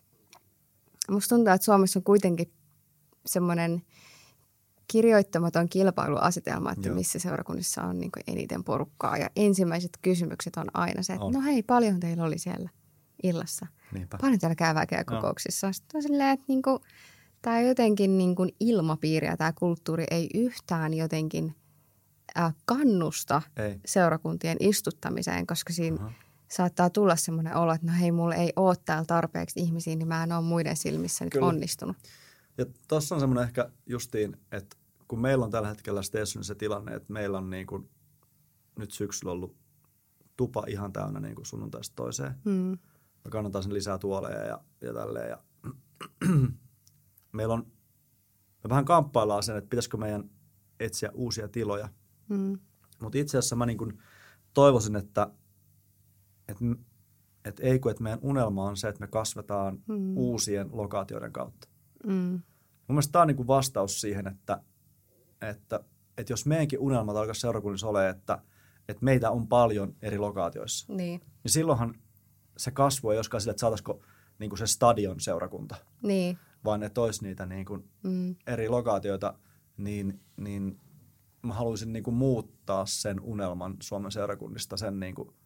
musta tuntuu, että Suomessa on kuitenkin semmoinen kirjoittamaton kilpailuasetelma, että Joo. missä seurakunnissa on niin kuin eniten porukkaa. Ja ensimmäiset kysymykset on aina se, että on. no hei, paljon teillä oli siellä illassa. Niinpä. Paljon täällä käy väkeä kokouksissa. No. Sitten on silleen, että niin kuin, tämä jotenkin niin kuin ilmapiiri ja tämä kulttuuri ei yhtään jotenkin äh, kannusta ei. seurakuntien istuttamiseen, koska siinä uh-huh. saattaa tulla semmoinen olo, että no hei, mulla ei ole täällä tarpeeksi ihmisiä, niin mä en ole muiden silmissä nyt Kyllä. onnistunut. Ja tuossa on semmoinen ehkä justiin, että kun meillä on tällä hetkellä Stationissa se tilanne, että meillä on niin kuin nyt syksyllä ollut tupa ihan täynnä niin kuin sunnuntaista toiseen. Mm. Me kannataan sen lisää tuoleja ja, ja tälleen. Ja meillä on, me vähän kamppaillaan sen, että pitäisikö meidän etsiä uusia tiloja. Mm. Mutta itse asiassa mä niin kuin toivoisin, että, että, että ei kun, että meidän unelma on se, että me kasvetaan mm. uusien lokaatioiden kautta. Mm. Mun mielestä tämä on niin kuin vastaus siihen, että, että, että jos meidänkin unelmat alkaisi seurakunnissa ole, että, että meitä on paljon eri lokaatioissa, niin. niin silloinhan se kasvu ei olisikaan sille, että saataisiko niin kuin se stadion seurakunta, niin. vaan ne tois niitä niin kuin mm. eri lokaatioita, niin, niin mä haluaisin niin kuin muuttaa sen unelman Suomen seurakunnista sen, niin kuin,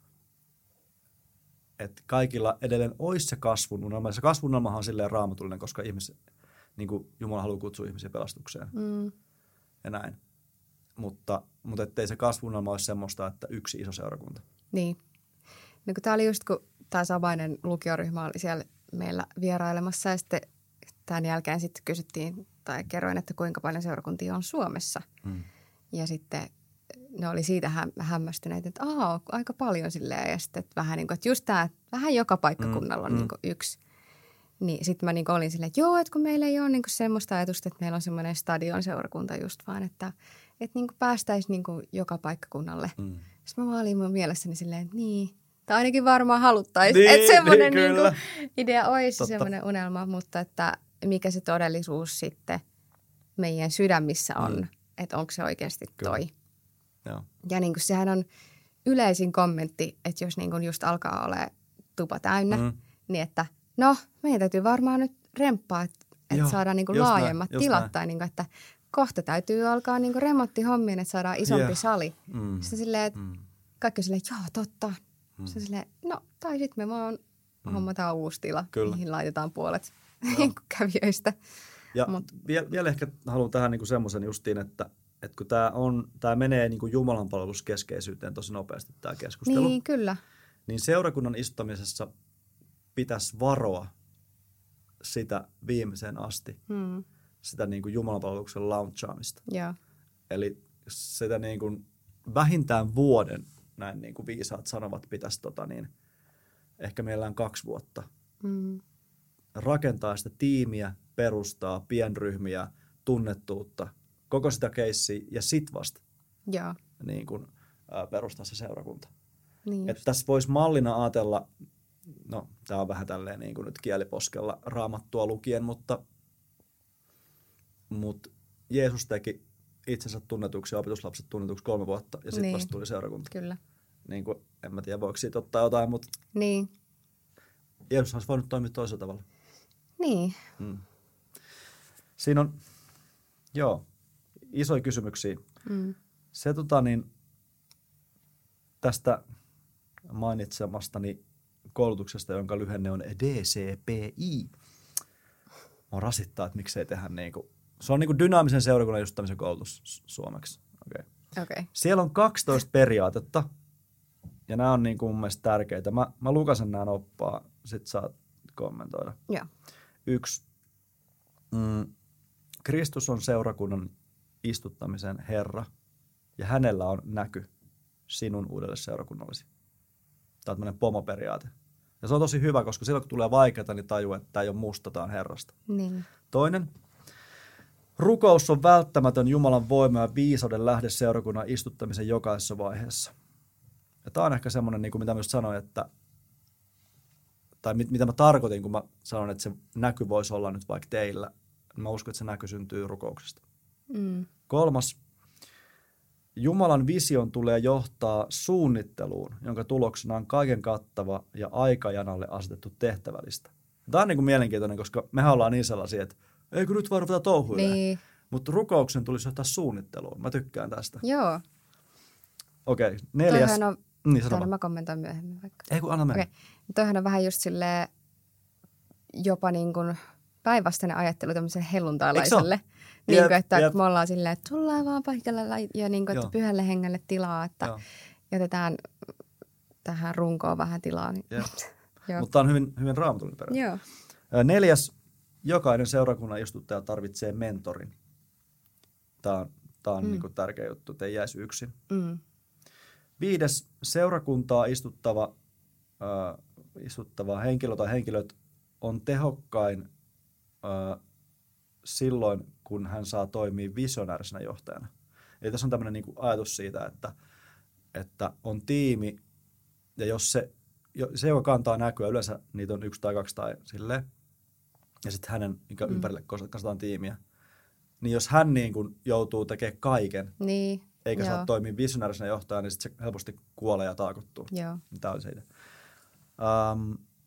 että kaikilla edelleen olisi se kasvun unelma. Se kasvun unelmahan on silleen raamatullinen, koska ihmis, niin kuin Jumala haluaa kutsua ihmisiä pelastukseen mm. ja näin. Mutta, mutta ettei se kasvun unelma olisi semmoista, että yksi iso seurakunta. Niin. No kun tämä oli just, kun tämä samainen lukioryhmä oli siellä meillä vierailemassa ja sitten tämän jälkeen sitten kysyttiin tai kerroin, että kuinka paljon seurakuntia on Suomessa. Mm. Ja sitten ne oli siitä hä- hämmästyneet, että aa, aika paljon silleen. Ja sitten että vähän niin kuin, että just tämä, vähän joka paikkakunnalla mm. on niin kuin yksi. Niin sitten mä niin kuin olin silleen, että joo, että kun meillä ei ole niin kuin semmoista ajatusta, että meillä on semmoinen stadion seurakunta just vaan, että, että niin kuin päästäisiin niin kuin joka paikkakunnalle. Mm. Sitten mä vaan olin mun mielessäni silleen, että niin, tai ainakin varmaan haluttaisiin, niin, että semmoinen niin, niin idea olisi semmoinen unelma, mutta että mikä se todellisuus sitten meidän sydämissä on, mm. että onko se oikeasti toi. Joo. Ja niin kuin sehän on yleisin kommentti, että jos niin kuin just alkaa olemaan tupa täynnä, mm. niin että no, meidän täytyy varmaan nyt remppaa, että, että saadaan niin kuin laajemmat näin, tilat tai niin kuin, että kohta täytyy alkaa niin kuin remonttihommiin, että saadaan isompi yeah. sali. Mm. Sitten silleen, että mm. kaikki on silleen, joo, totta. Mm. Sitten silleen, no, tai sitten me vaan mm. hommataan uusi tila, Kyllä. mihin laitetaan puolet kävijöistä. Ja Mut. vielä, vielä ehkä haluan tähän niinku semmoisen justiin, että, että kun tämä on, tämä menee niinku Jumalan palveluskeskeisyyteen tosi nopeasti tämä keskustelu. Niin, kyllä. Niin seurakunnan istuttamisessa pitäisi varoa sitä viimeiseen asti, hmm. sitä niin kuin jumalanpalveluksen launchaamista. Yeah. Eli sitä niin kuin vähintään vuoden, näin niin kuin viisaat sanovat, pitäisi tota niin, ehkä meillä on kaksi vuotta, hmm. rakentaa sitä tiimiä, perustaa pienryhmiä, tunnettuutta, koko sitä keissiä ja sit vasta yeah. niin kuin, ää, perustaa se seurakunta. Niin että tässä voisi mallina ajatella, no tämä on vähän tälleen niin kuin nyt kieliposkella raamattua lukien, mutta, mutta Jeesus teki itsensä tunnetuksi ja opetuslapset tunnetuksi kolme vuotta ja sitten niin. vasta tuli seurakunta. Kyllä. Niin kuin, en mä tiedä voiko siitä ottaa jotain, mutta niin. Jeesus olisi voinut toimia toisella tavalla. Niin. Hmm. Siinä on, joo, isoja kysymyksiä. Mm. Se tota niin, tästä mainitsemastani koulutuksesta, jonka lyhenne on D C P I. Mä rasittaa, että miksei tehdä niinku, se on niinku dynaamisen seurakunnan just tämmöisen koulutus suomeksi. Okay. Okay. Siellä on kaksitoista periaatetta ja nämä on niinku mun mielestä tärkeitä. Mä, mä lukasen nämä oppaa, sit saat kommentoida. Yeah. Yksi. Mm, Kristus on seurakunnan istuttamisen Herra ja hänellä on näky sinun uudelle seurakunnallesi. Tämä on tämmöinen pomoperiaate. Ja se on tosi hyvä, koska silloin kun tulee vaikeaa, niin tajuu, että tämä ei ole musta, tämä on Herrasta. Niin. Toinen. Rukous on välttämätön Jumalan voima ja viisauden lähde seurakunnan istuttamisen jokaisessa vaiheessa. Ja tämä on ehkä semmoinen, niin kuin mitä mä just sanoin, että, tai mit, mitä mä tarkoitin, kun mä sanoin, että se näky voisi olla nyt vaikka teillä. Mä uskon, että se näky syntyy rukouksesta. Mm. Kolmas. Jumalan vision tulee johtaa suunnitteluun, jonka tuloksena on kaiken kattava ja aikajanalle asetettu tehtävälistä. Tämä on niin kuin mielenkiintoinen, koska mehän ollaan niin sellaisia, että eikö nyt vaan ruveta touhuilemaan. Niin. Mutta rukouksen tulisi johtaa suunnitteluun. Mä tykkään tästä. Joo. Okei, okay, neljäs. Toihan on, niin, toihan mä kommentoin myöhemmin vaikka. Ei kun anna mennä. Okay. Toihan on vähän just silleen jopa niin kuin päinvastainen ajattelu tämmöiselle helluntailaiselle. Niin Jep, kuin, että jep. me ollaan silleen, että tullaan vaan paikalle ja niin kuin, että pyhälle hengelle tilaa, että Joo. jätetään tähän runkoon vähän tilaa. Niin. Mutta tämä on hyvin, hyvin raamatullinen perä. Joo. Neljäs. Jokainen seurakunnan istuttaja tarvitsee mentorin. Tämä on, tämä on mm. niin kuin tärkeä juttu, että ei jäisi yksin. Mm. Viides. Seurakuntaa istuttava, äh, istuttava henkilö tai henkilöt on tehokkain äh, silloin, kun hän saa toimia visionäärisenä johtajana. Eli tässä on tämmöinen niin kuin ajatus siitä, että, että on tiimi, ja jos se, se, joka kantaa näkyä, yleensä niitä on yksi tai kaksi tai silleen, ja sitten hänen mm. ympärille kasvataan tiimiä, niin jos hän niin kuin joutuu tekemään kaiken, niin, eikä joo. saa toimia visionäärisenä johtajana, niin sitten se helposti kuolee ja taakottuu. Joo. Tämä on se idea. Um,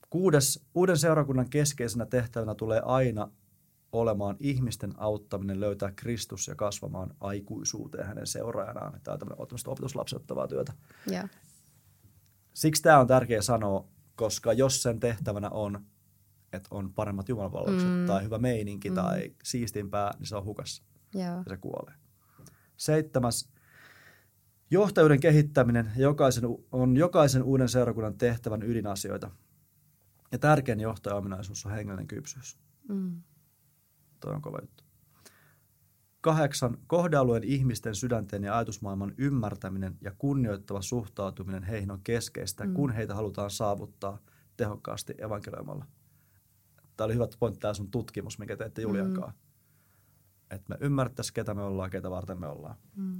Kuudes, uuden seurakunnan keskeisenä tehtävänä tulee aina olemaan ihmisten auttaminen löytää Kristus ja kasvamaan aikuisuuteen hänen seuraajanaan. Tämä on tämmöistä opetuslapseuttavaa työtä. Yeah. Siksi tämä on tärkeä sanoa, koska jos sen tehtävänä on, että on paremmat jumalanpalvelukset mm. tai hyvä meininki mm. tai siistimpää, niin se on hukassa yeah. ja se kuolee. Seitsemäs. Johtajuuden kehittäminen jokaisen, on jokaisen uuden seurakunnan tehtävän ydinasioita. Ja tärkein johtajaominaisuus on hengellinen kypsyys. Mm. Toi on kova juttu. Kahdeksan. Kohdealueen ihmisten sydänten ja ajatusmaailman ymmärtäminen ja kunnioittava suhtautuminen heihin on keskeistä, mm. kun heitä halutaan saavuttaa tehokkaasti evankelioimalla. Tämä oli hyvä pointti, tämä sun tutkimus, minkä teette Juliankaan. Mm. Että me ymmärtäisiin, ketä me ollaan, ketä varten me ollaan. Mm.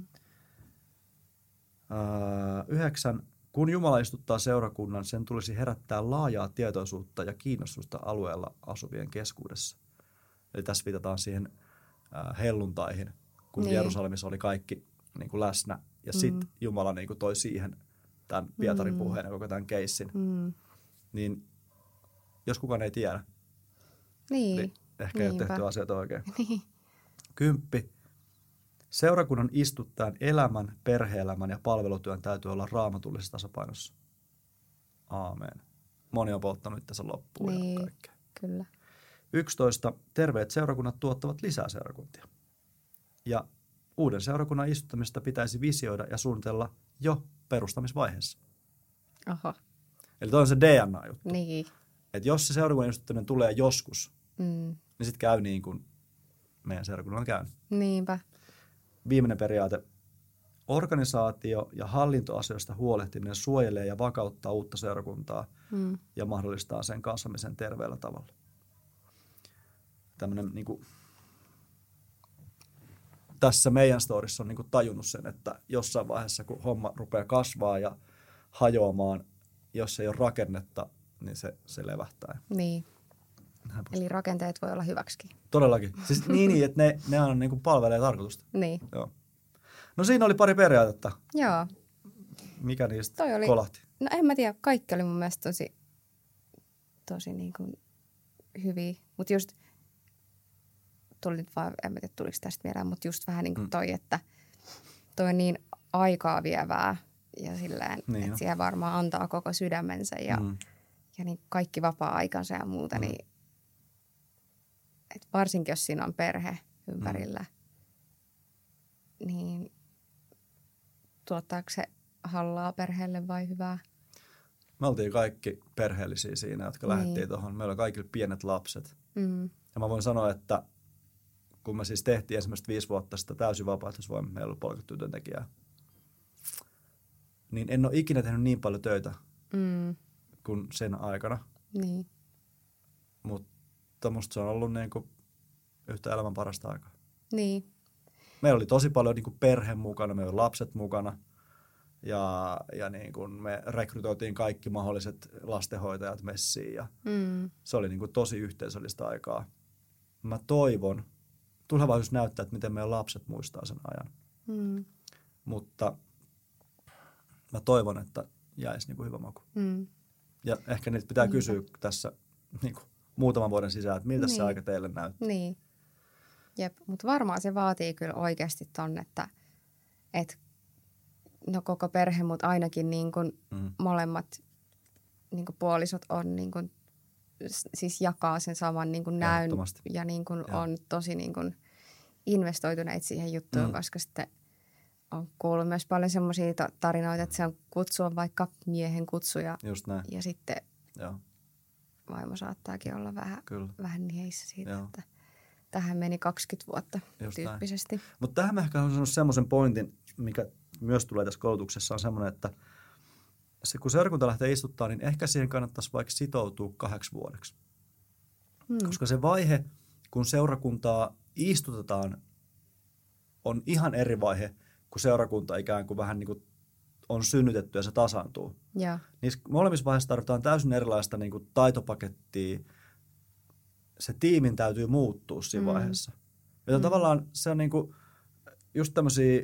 Öö, yhdeksän. Kun Jumala istuttaa seurakunnan, sen tulisi herättää laajaa tietoisuutta ja kiinnostusta alueella asuvien keskuudessa. Eli tässä viitataan siihen äh, helluntaihin, kun niin. Jerusalemissa oli kaikki niin kuin läsnä. Ja mm. sitten Jumala niin kuin toi siihen tämän Pietarin mm. puheen ja koko tämän keissin. Mm. Niin jos kukaan ei tiedä, niin, niin ehkä ei ole tehty asioita oikein. Niin. Kymppi. Seurakunnan istuttajan elämän, perhe-elämän ja palvelutyön täytyy olla raamatullisessa tasapainossa. Aamen. Moni on polttanut tässä loppuun niin, ja kaikkea. Kyllä. yksitoista. Terveet seurakunnat tuottavat lisää seurakuntia. Ja uuden seurakunnan istuttamista pitäisi visioida ja suunnitella jo perustamisvaiheessa. Aha. Eli toi on se D N A-juttu. Niin. Että jos se seurakunnan istuttaminen tulee joskus, mm. niin sitten käy niin kuin meidän seurakunnalla on käynyt. Niinpä. Viimeinen periaate. Organisaatio- ja hallintoasioista huolehtiminen suojelee ja vakauttaa uutta seurakuntaa mm. ja mahdollistaa sen kasvamisen terveellä tavalla. Tämmönen, niin kuin, tässä meidän storissa on niin kuin tajunnut sen, että jossain vaiheessa, kun homma rupeaa kasvaa ja hajoamaan, jos ei ole rakennetta, niin se, se levähtää. Niin. Eli rakenteet voi olla hyväksikin. Todellakin. Siis niin, niin, että ne, ne on, niin kuin palvelee tarkoitusta. Niin. Joo. No siinä oli pari periaatetta. Joo. Mikä niistä oli, kolahti? No en mä tiedä, kaikki oli mun mielestä tosi, tosi niin kuin hyviä. Mutta just, tuli nyt vaan, en mä tiedä tuliko tästä mieleen, mutta just vähän niin kuin toi, mm. että toi on niin aikaa vievää ja silleen, niin että siihen varmaan antaa koko sydämensä ja, mm. ja niin kaikki vapaa-aikansa ja muuta, mm. niin et varsinkin jos siinä on perhe ympärillä, mm. niin tuottaako se hallaa perheelle vai hyvää? Me oltiin kaikki perheellisiä siinä, jotka niin. lähdettiin tuohon. Meillä oli kaikilla pienet lapset. Mm. Ja mä voin sanoa, että kun me siis tehtiin ensimmäistä viisi vuotta sitä täysin vapaaehtoisvoimaa, meillä oli kolmekymmentä työntekijää, niin en ole ikinä tehnyt niin paljon töitä mm. kuin sen aikana. Niin. Mutta musta se on ollut niin kuin yhtä elämän parasta aikaa. Niin. Meillä oli tosi paljon niin kuin perhe mukana, meillä oli lapset mukana ja, ja niin kuin me rekrytoitiin kaikki mahdolliset lastenhoitajat messiin ja mm. se oli niin kuin tosi yhteisöllistä aikaa. Mä toivon, tulevaisuus näyttää, että miten meidän lapset muistaa sen ajan, mm. mutta mä toivon, että jäisi niin kuin hyvä maku. Mm. Ja ehkä niitä pitää Niinpä. kysyä tässä niin kuin muutaman vuoden sisään, että miltä niin. se aika teille näyttää. Niin. Jep, mutta varmaan se vaatii kyllä oikeasti ton, että et, no koko perhe, mutta ainakin niin kun mm. molemmat niin kun puolisot on niin kun, siis jakaa sen saman niin kun näyn ja niin kun ja. on tosi niin kun investoituneet siihen juttuun, mm. koska sitten on kuullut myös paljon semmoisia tarinoita, että se on kutsua vaikka miehen kutsuja ja sitten Joo. vaimo saattaakin olla vähän, vähän nieissä siitä, Joo. että tähän meni kaksikymmentä vuotta Just tyyppisesti. Mutta tähän mä ehkä haluan sanoa semmoisen pointin, mikä myös tulee tässä koulutuksessa, on semmoinen, että se, kun seurakunta lähtee istuttaa, niin ehkä siihen kannattaisi vaikka sitoutua kahdeksi vuodeksi. Hmm. Koska se vaihe, kun seurakuntaa istutetaan, on ihan eri vaihe, kun seurakunta ikään kuin vähän niin kuin on synnytetty ja se tasaantuu. Ja. Niissä molemmissa vaiheissa tarvitaan täysin erilaista niin kuin taitopakettia. Se tiimin täytyy muuttua siinä mm. vaiheessa. Joten mm. tavallaan se on niin kuin just tämmöisiä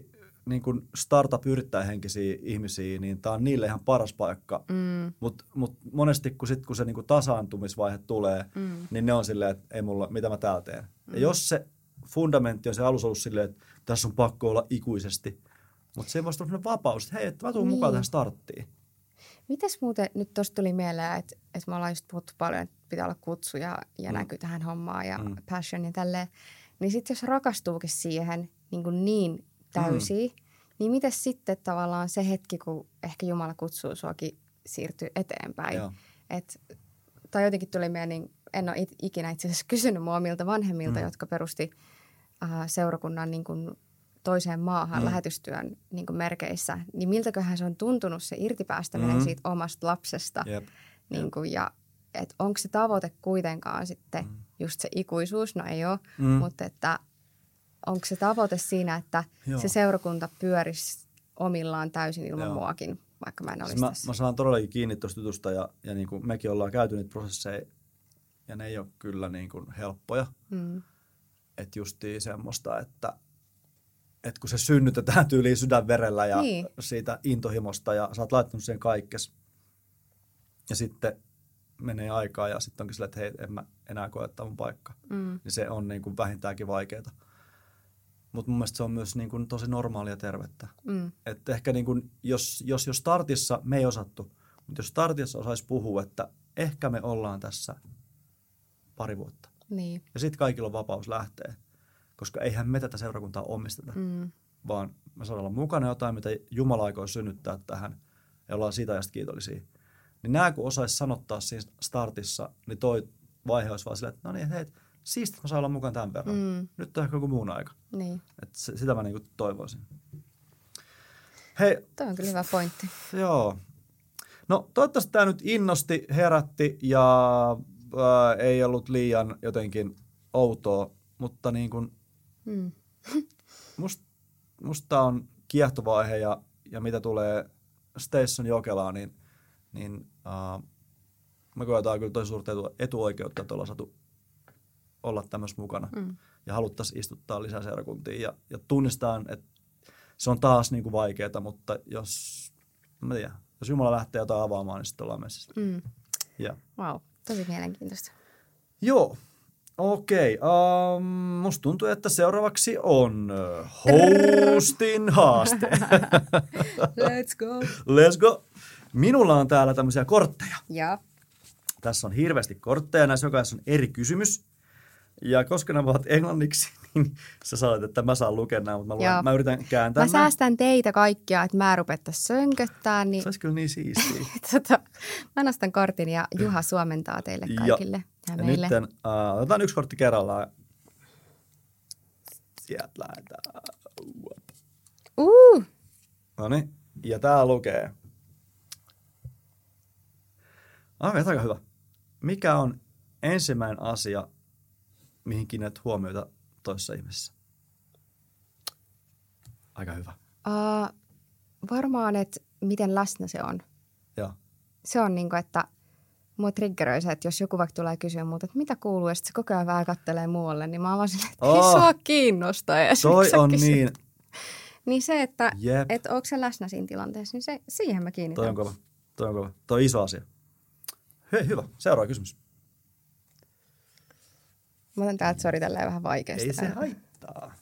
niin kuin startup-yrittäjähenkisiä ihmisiä, niin tämä on niille ihan paras paikka. Mm. Mutta mut monesti, kun, sit, kun se niin kuin tasaantumisvaihe tulee, mm. niin ne on silleen, että ei mulla, mitä mä täällä teen. Mm. Ja jos se fundamentti on se alussa ollut silleen, että tässä on pakko olla ikuisesti, mutta se ei vasta ole vapaus, että hei, että mä tuun niin. mukaan tähän starttiin. Mites muuten, nyt tuosta tuli mieleen, että, että me ollaan just puhuttu paljon, että pitää olla kutsu ja, ja mm. näkyy tähän hommaan ja mm. passion ja tälleen. Niin sitten jos rakastuukin siihen niin, kuin niin täysiin, mm. niin miten sitten tavallaan se hetki, kun ehkä Jumala kutsuu suakin siirtyy eteenpäin. Et, tai jotenkin tuli mieleen, niin en ole ikinä itse asiassa kysynyt mua omilta vanhemmilta, mm. jotka perusti äh, seurakunnan niin kuin toiseen maahan mm. lähetystyön niin kuin merkeissä. Niin miltäköhän se on tuntunut se irtipäästäminen mm. siitä omasta lapsesta. Yep. Niin kuin, ja että onko se tavoite kuitenkaan sitten mm. just se ikuisuus? No ei ole, mm. mutta että onko se tavoite siinä, että Joo. se seurakunta pyörisi omillaan täysin ilman Joo. muakin, vaikka mä en olisi siis tässä? Mä, mä saan todellakin kiinni tuosta jutusta ja, ja niin kuin mekin ollaan käyty niitä prosesseja ja ne ei ole kyllä niin kuin helppoja. Mm. Että justiin semmoista, että, että kun se synnytetään tyyliin sydänverellä ja niin. siitä intohimosta ja sä oot laittanut sen kaikkes ja sitten menee aikaa ja sitten onkin silleen, että hei, en mä enää koe, että mun paikka. Mm. Niin se on niin kuin vähintäänkin vaikeaa. Mutta mun mielestä se on myös niin kuin tosi normaalia tervettä. Mm. Että ehkä niin kuin, jos, jos, jos startissa me ei osattu, mutta jos startissa osaisi puhua, että ehkä me ollaan tässä pari vuotta. Niin. Ja sitten kaikilla on vapaus lähteä. Koska eihän me tätä seurakuntaa omisteta. Mm. Vaan me saadaan olla mukana jotain, mitä Jumala aikoo synnyttää tähän. Ja ollaan siitä ajasta kiitollisia. Niin nämä kun osaisi sanottaa siinä startissa, niin toi vaihe olisi vaan silleen, että no niin, hei, siistiä, mä saan olla mukaan tämän verran. Mm. Nyt on ehkä joku muun aika. Niin. Että sitä mä niinku toivoisin. Hei. Toi on kyllä hyvä pointti. Joo. No toivottavasti tämä nyt innosti, herätti ja äh, ei ollut liian jotenkin outoa, mutta niin kuin mm. musta must tää on kiehtova aihe ja, ja mitä tulee Station Jokelaan, niin niin uh, me koetaan kyllä tosi suurta etu, etuoikeutta, että ollaan saatu olla tämmössä mukana. Mm. Ja haluttaisiin istuttaa lisää seurakuntia. Ja, ja tunnistaan, että se on taas niin kuin vaikeaa, mutta jos, mä tiedän, jos Jumala lähtee jotain avaamaan, niin sitten ollaan messissä. Mm. Yeah. Wow, tosi mielenkiintoista. Joo, okei. Okay. Um, musta tuntuu, että seuraavaksi on hostin haaste. Let's go. Let's go. Minulla on täällä tämmöisiä kortteja. Ja. Tässä on hirveästi kortteja, näissä jokaisessa on eri kysymys. Ja koska nämä ovat englanniksi, niin sä saat, että mä saan lukea nämä, mutta mä, luen, mä yritän kääntää. Mä säästän teitä kaikkia, että mä rupettaisiin sönköttää. Niin... Se olisi kyllä niin siistiä. tota, mä nostan kortin ja Juha suomentaa teille kaikille ja, ja meille. Nyt uh, otetaan yksi kortti kerrallaan. Sieltä lähdetään. Uh. No niin, ja tää lukee. Ah, aika hyvä. Mikä on ensimmäinen asia, mihin kiinnität huomiota toisessa ihmisessä? Aika hyvä. Uh, varmaan, että miten läsnä se on. Joo. Se on niin kuin, että mua triggeröi se, että jos joku vaikka tulee kysyä multa, että mitä kuuluu, ja sitten se koko ajan vähän kattelee muualle, niin mä oon vaan silleen, että oh, ei sua kiinnostaa. Ja toi on kysyt. Niin. Niin se, että et onko se läsnä siinä tilanteessa, niin se, siihen mä kiinnitän. Toi on kova. Toi on kova. Toi on iso asia. Hei, hyvä. Seuraava kysymys. Mä otan täältä, sori, tälleen vähän vaikeasti. Ei se haittaa.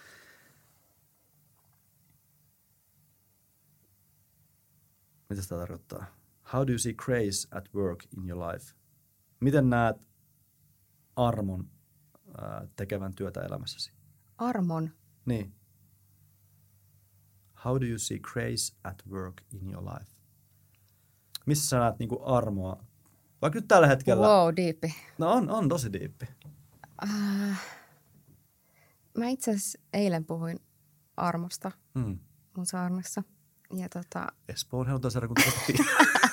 Mitä sitä tarkoittaa? How do you see grace at work in your life? Miten näet armon äh, tekevän työtä elämässäsi? Armon? Niin. How do you see grace at work in your life? Missä sä näet niinku armoa? Vaikka nyt tällä hetkellä... Wow, diippi. No on, on tosi diippi. Uh, mä itse asiassa eilen puhuin armosta mm. mun saarnassa. Ja tota... Espoon helluntaisseurakunta kotiin.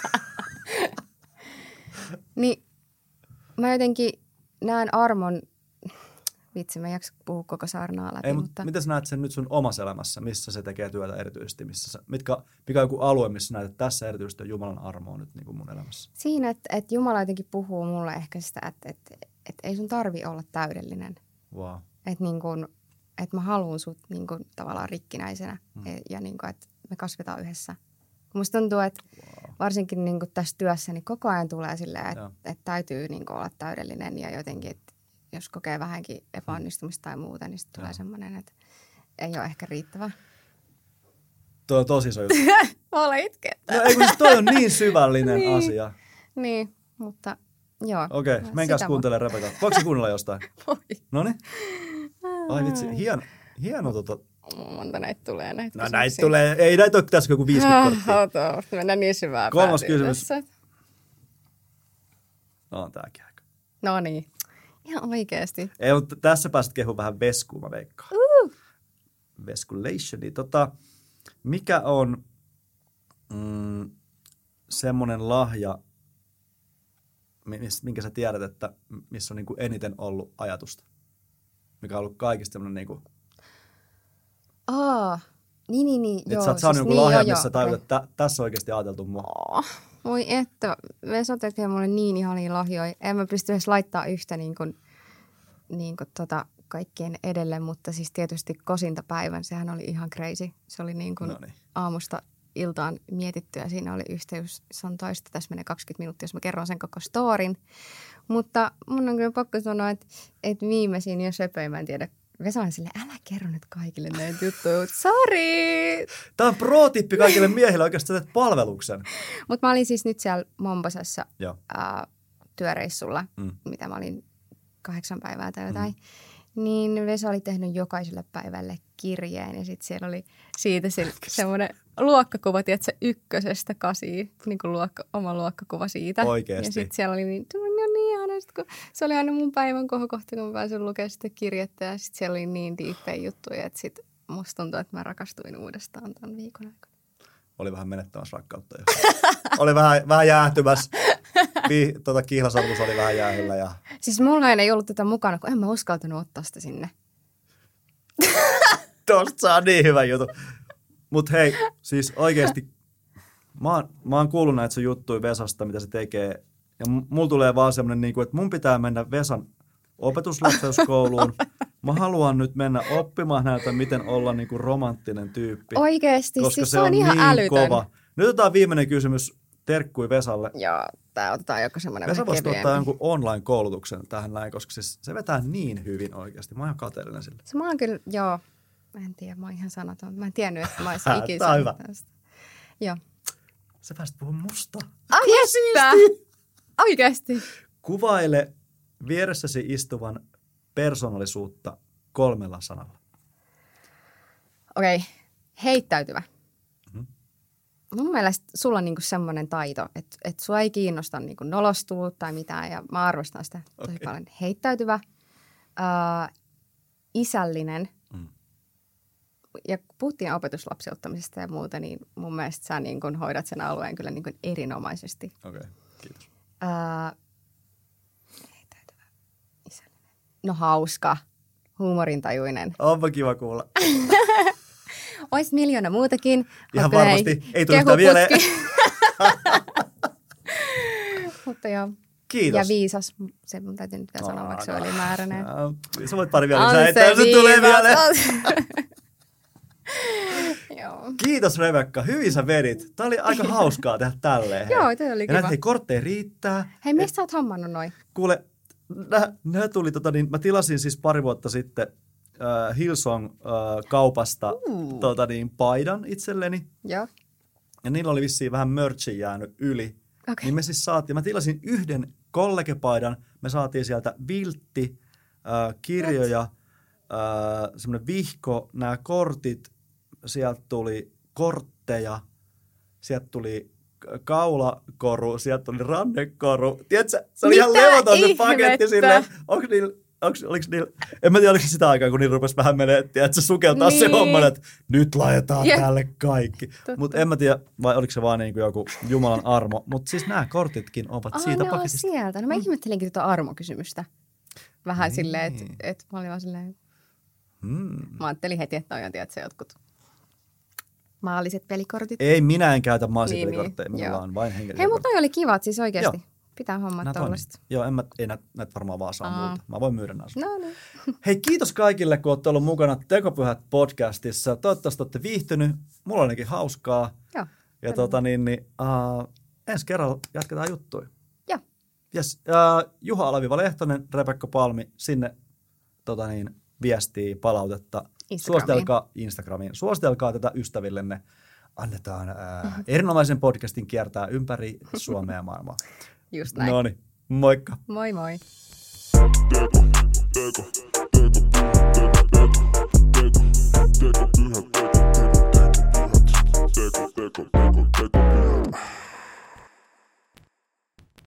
Niin mä jotenkin näen armon... Vitsi, mä en jaksa puhua koko saarnaa läpi. Ei, mutta... miten sä näet sen nyt sun omassa elämässä, missä se tekee työtä erityisesti? Missä sä, mitkä, mikä on joku alue, missä näet, että tässä erityisesti on Jumalan armoa nyt niin kuin mun elämässä? Siinä, että, että Jumala jotenkin puhuu mulle ehkä sitä, että, että, että ei sun tarvi olla täydellinen. Wow. Että, niin kuin, että mä haluan sut niin kuin, tavallaan rikkinäisenä mm. ja niin kuin, että me kasvetaan yhdessä. Musta tuntuu, että wow. varsinkin niin kuin tässä työssä niin koko ajan tulee silleen, että, että täytyy niin kuin olla täydellinen ja jotenkin, että jos kokee vähänkin epäonnistumista tai muuta, niin sitten tulee semmoinen, että ei ole ehkä riittävä. Toi on tosi iso juttu. Mä olen itkettää. No ei, kun toi on niin syvällinen niin. asia. Niin, mutta joo. Okei, okay, menkääs kuuntelemaan Rebekka. Voiko se kuunnella jostain? Voi. Noniin. Ai vitsi, hieno, hieno tota. Monta näitä tulee näitä No näitä tulee, ei näitä ole tässä joku viisikymmentä korttia. Ota, mennään niin syvään. Kolmas kysymys. Tässä. No on tääkin aika. No niin, ihan oikeasti. Ei, mutta tässä pääset kehumaan vähän veskuun, mä veikkaan. Uh. Veskulationi. Tota, mikä on mm, semmoinen lahja, minkä sä tiedät, että missä on niin kuin eniten ollut ajatusta? Mikä on ollut kaikista semmoinen niin kuin... Aa, niin, niin, niin. Että sä oot saanut siis joku niin, lahja, missä tajut, että tä, tässä on oikeasti ajateltu mua. Oh, voi että, Vesa tekee mulle niin ihania lahjoja. En mä pysty edes laittaa yhtä niin kuin, niin kuin tota, kaikkien edelle, mutta siis tietysti kosintapäivän, sehän oli ihan crazy. Se oli niin kuin no niin. aamusta iltaan mietitty ja siinä oli yhteys, se on toista, tässä menee kaksikymmentä minuuttia, jos mä kerron sen koko storin. Mutta mun on kyllä pakko sanoa, että, että viimeisin jo söpöi, mä en tiedä. Vesa on silleen, älä kerro nyt kaikille näitä juttuja, sori! Tämä on pro-tippi kaikille miehille, oikeastaan teet palveluksen. Mutta mä olin siis nyt siellä Mombasassa ää, työreissulla, mm. mitä mä olin kahdeksan päivää tai jotain. Mm. Niin Vesa oli tehnyt jokaiselle päivälle kirjeen ja sitten siellä oli siitä se, semmoinen luokkakuva, tiedätkö, ykkösestä kasiin, niin kuin luokka, oma luokkakuva siitä. Oikeasti. Ja sitten siellä oli niin, no niin ihana, kun se oli aina mun päivän kohokohta, kun mä pääsin lukemaan sitä kirjettä ja sitten siellä oli niin diippejä juttuja, että sitten musta tuntuu, että mä rakastuin uudestaan tämän viikon aikana. Oli vähän menettämässä rakkautta jo. Oli vähän, vähän jäähtymässä. Vi, tota kihlasarvus oli vähän jäähyllä. Ja... Siis mulla ei ollut tätä mukana, kun en mä uskaltanut ottaa sitä sinne. Tosta saa niin hyvä juttu. Mut hei, siis oikeesti, mä oon, mä oon kuullut näitä sun juttuja Vesasta, mitä se tekee. Ja mulla tulee vaan semmonen, niin kuin, että mun pitää mennä Vesan opetuslapseuskouluun. Mä haluan nyt mennä oppimaan näitä, miten olla niin kuin romanttinen tyyppi. Oikeesti, koska siis se on, on ihan niin älytön. Kova. Nyt otetaan viimeinen kysymys. Terkkui Vesalle. Joo, tää otetaan joku semmoinen Vesa voisi ottaa jonkun online-koulutuksen tähän näin, koska siis se vetää niin hyvin oikeasti. Mä oon ihan kateellinen sille. Se mä oon kyllä, joo. Mä en tiedä, mä oon ihan sanaton. Mä en tiennyt, että mä oisin ikinä. Tää on hyvä. Tästä. Joo. Sä pääsit puhumaan musta. Ai että! Oikeesti. Kuvaile vieressäsi istuvan persoonallisuutta kolmella sanalla. Okei, okay. Heittäytyvä. Mun mielestä sulla on niinku semmoinen taito, että, että sua ei kiinnosta niinku nolostua tai mitään, ja mä arvostan sitä tosi okay. paljon. Heittäytyvä, ää, isällinen, mm. ja kun puhuttiin opetuslapseuttamisesta ja muuta, niin mun mielestä sä niin kun hoidat sen alueen kyllä niin kun erinomaisesti. Okei, okay. Kiitos. Ää, heittäytyvä, isällinen. No hauska, huumorintajuinen. Onpa kiva kuulla. Ois miljoona muutakin. Ihan varmasti. Ei, ei tule sitä vielä. Mutta joo. Kiitos. Ja viisas. Se mun täytyy nyt vielä sanoa, vaikka se oli ylimääräinen. Sä voit pari vielä lisää heittää, se tulee vielä. Joo. Kiitos Rebekka, hyvin sä vedit. Tää oli aika hauskaa tehdä tälleen. Joo, toi oli ja kiva. näitä hei, kortteja riittää. Hei, mistä sä oot hommannut noin? Kuule, nää, nää tuli tota niin, mä tilasin siis pari vuotta sitten Uh, Hillsong-kaupasta uh, tota niin, paidan itselleni. Joo. Ja niillä oli vissiin vähän merchia jäänyt yli. Okay. Niin me siis saatiin, mä tilasin yhden kollegepaidan, me saatiin sieltä viltti, uh, kirjoja, uh, semmoinen vihko, nämä kortit, sieltä tuli kortteja, sieltä tuli kaulakoru, sieltä tuli rannekoru. Tiedätkö, se oli mitä ihan levoton se ihmettä? paketti silleen, onko niillä... Onks, oliks niillä, en mä tiedä, oliko se sitä aikaa, kun niillä rupesi vähän menee, että se sukeltaa niin. Se homma, että nyt laitetaan yeah. tälle kaikki. Mutta en mä tiedä, vai oliko se vaan niin kuin joku Jumalan armo. Mutta siis nämä kortitkin ovat Aa, siitä ne paketista. On sieltä. No mä mm. ihmettelinkin tuota armokysymystä. Vähän niin. Silleen, että et mä olin vaan silleen, mm. mä ajattelin heti, että on tiedät, se jotkut maalliset pelikortit. Ei, minä en käytä maalliset niin, pelikortteja, niin. minulla on vain henkilöitä. Hei, mutta noi oli kivat siis oikeasti. Joo. Pitää hommat tollaista. Joo, en mä, ei näitä näit varmaan vaan saa Aa. multa. Mä voin myydä näistä. No niin. Hei, kiitos kaikille, kun olette ollut mukana Tekopyhät podcastissa. Toivottavasti olette viihtynyt. Mulla on ainakin hauskaa. Joo. Ja tota niin, niin uh, ensi kerralla jatketaan juttuja. Joo. Yes. Uh, Juha Alaviva Lehtonen, Rebekka Palmi, sinne tota niin, viestiä, palautetta. Instagramiin. Suositelkaa Instagramiin. Suositelkaa tätä ystävillenne. Annetaan uh, erinomaisen podcastin kiertää ympäri Suomea ja maailmaa. Just näin. Noniin, moikka. Moi moi. Teko, teko.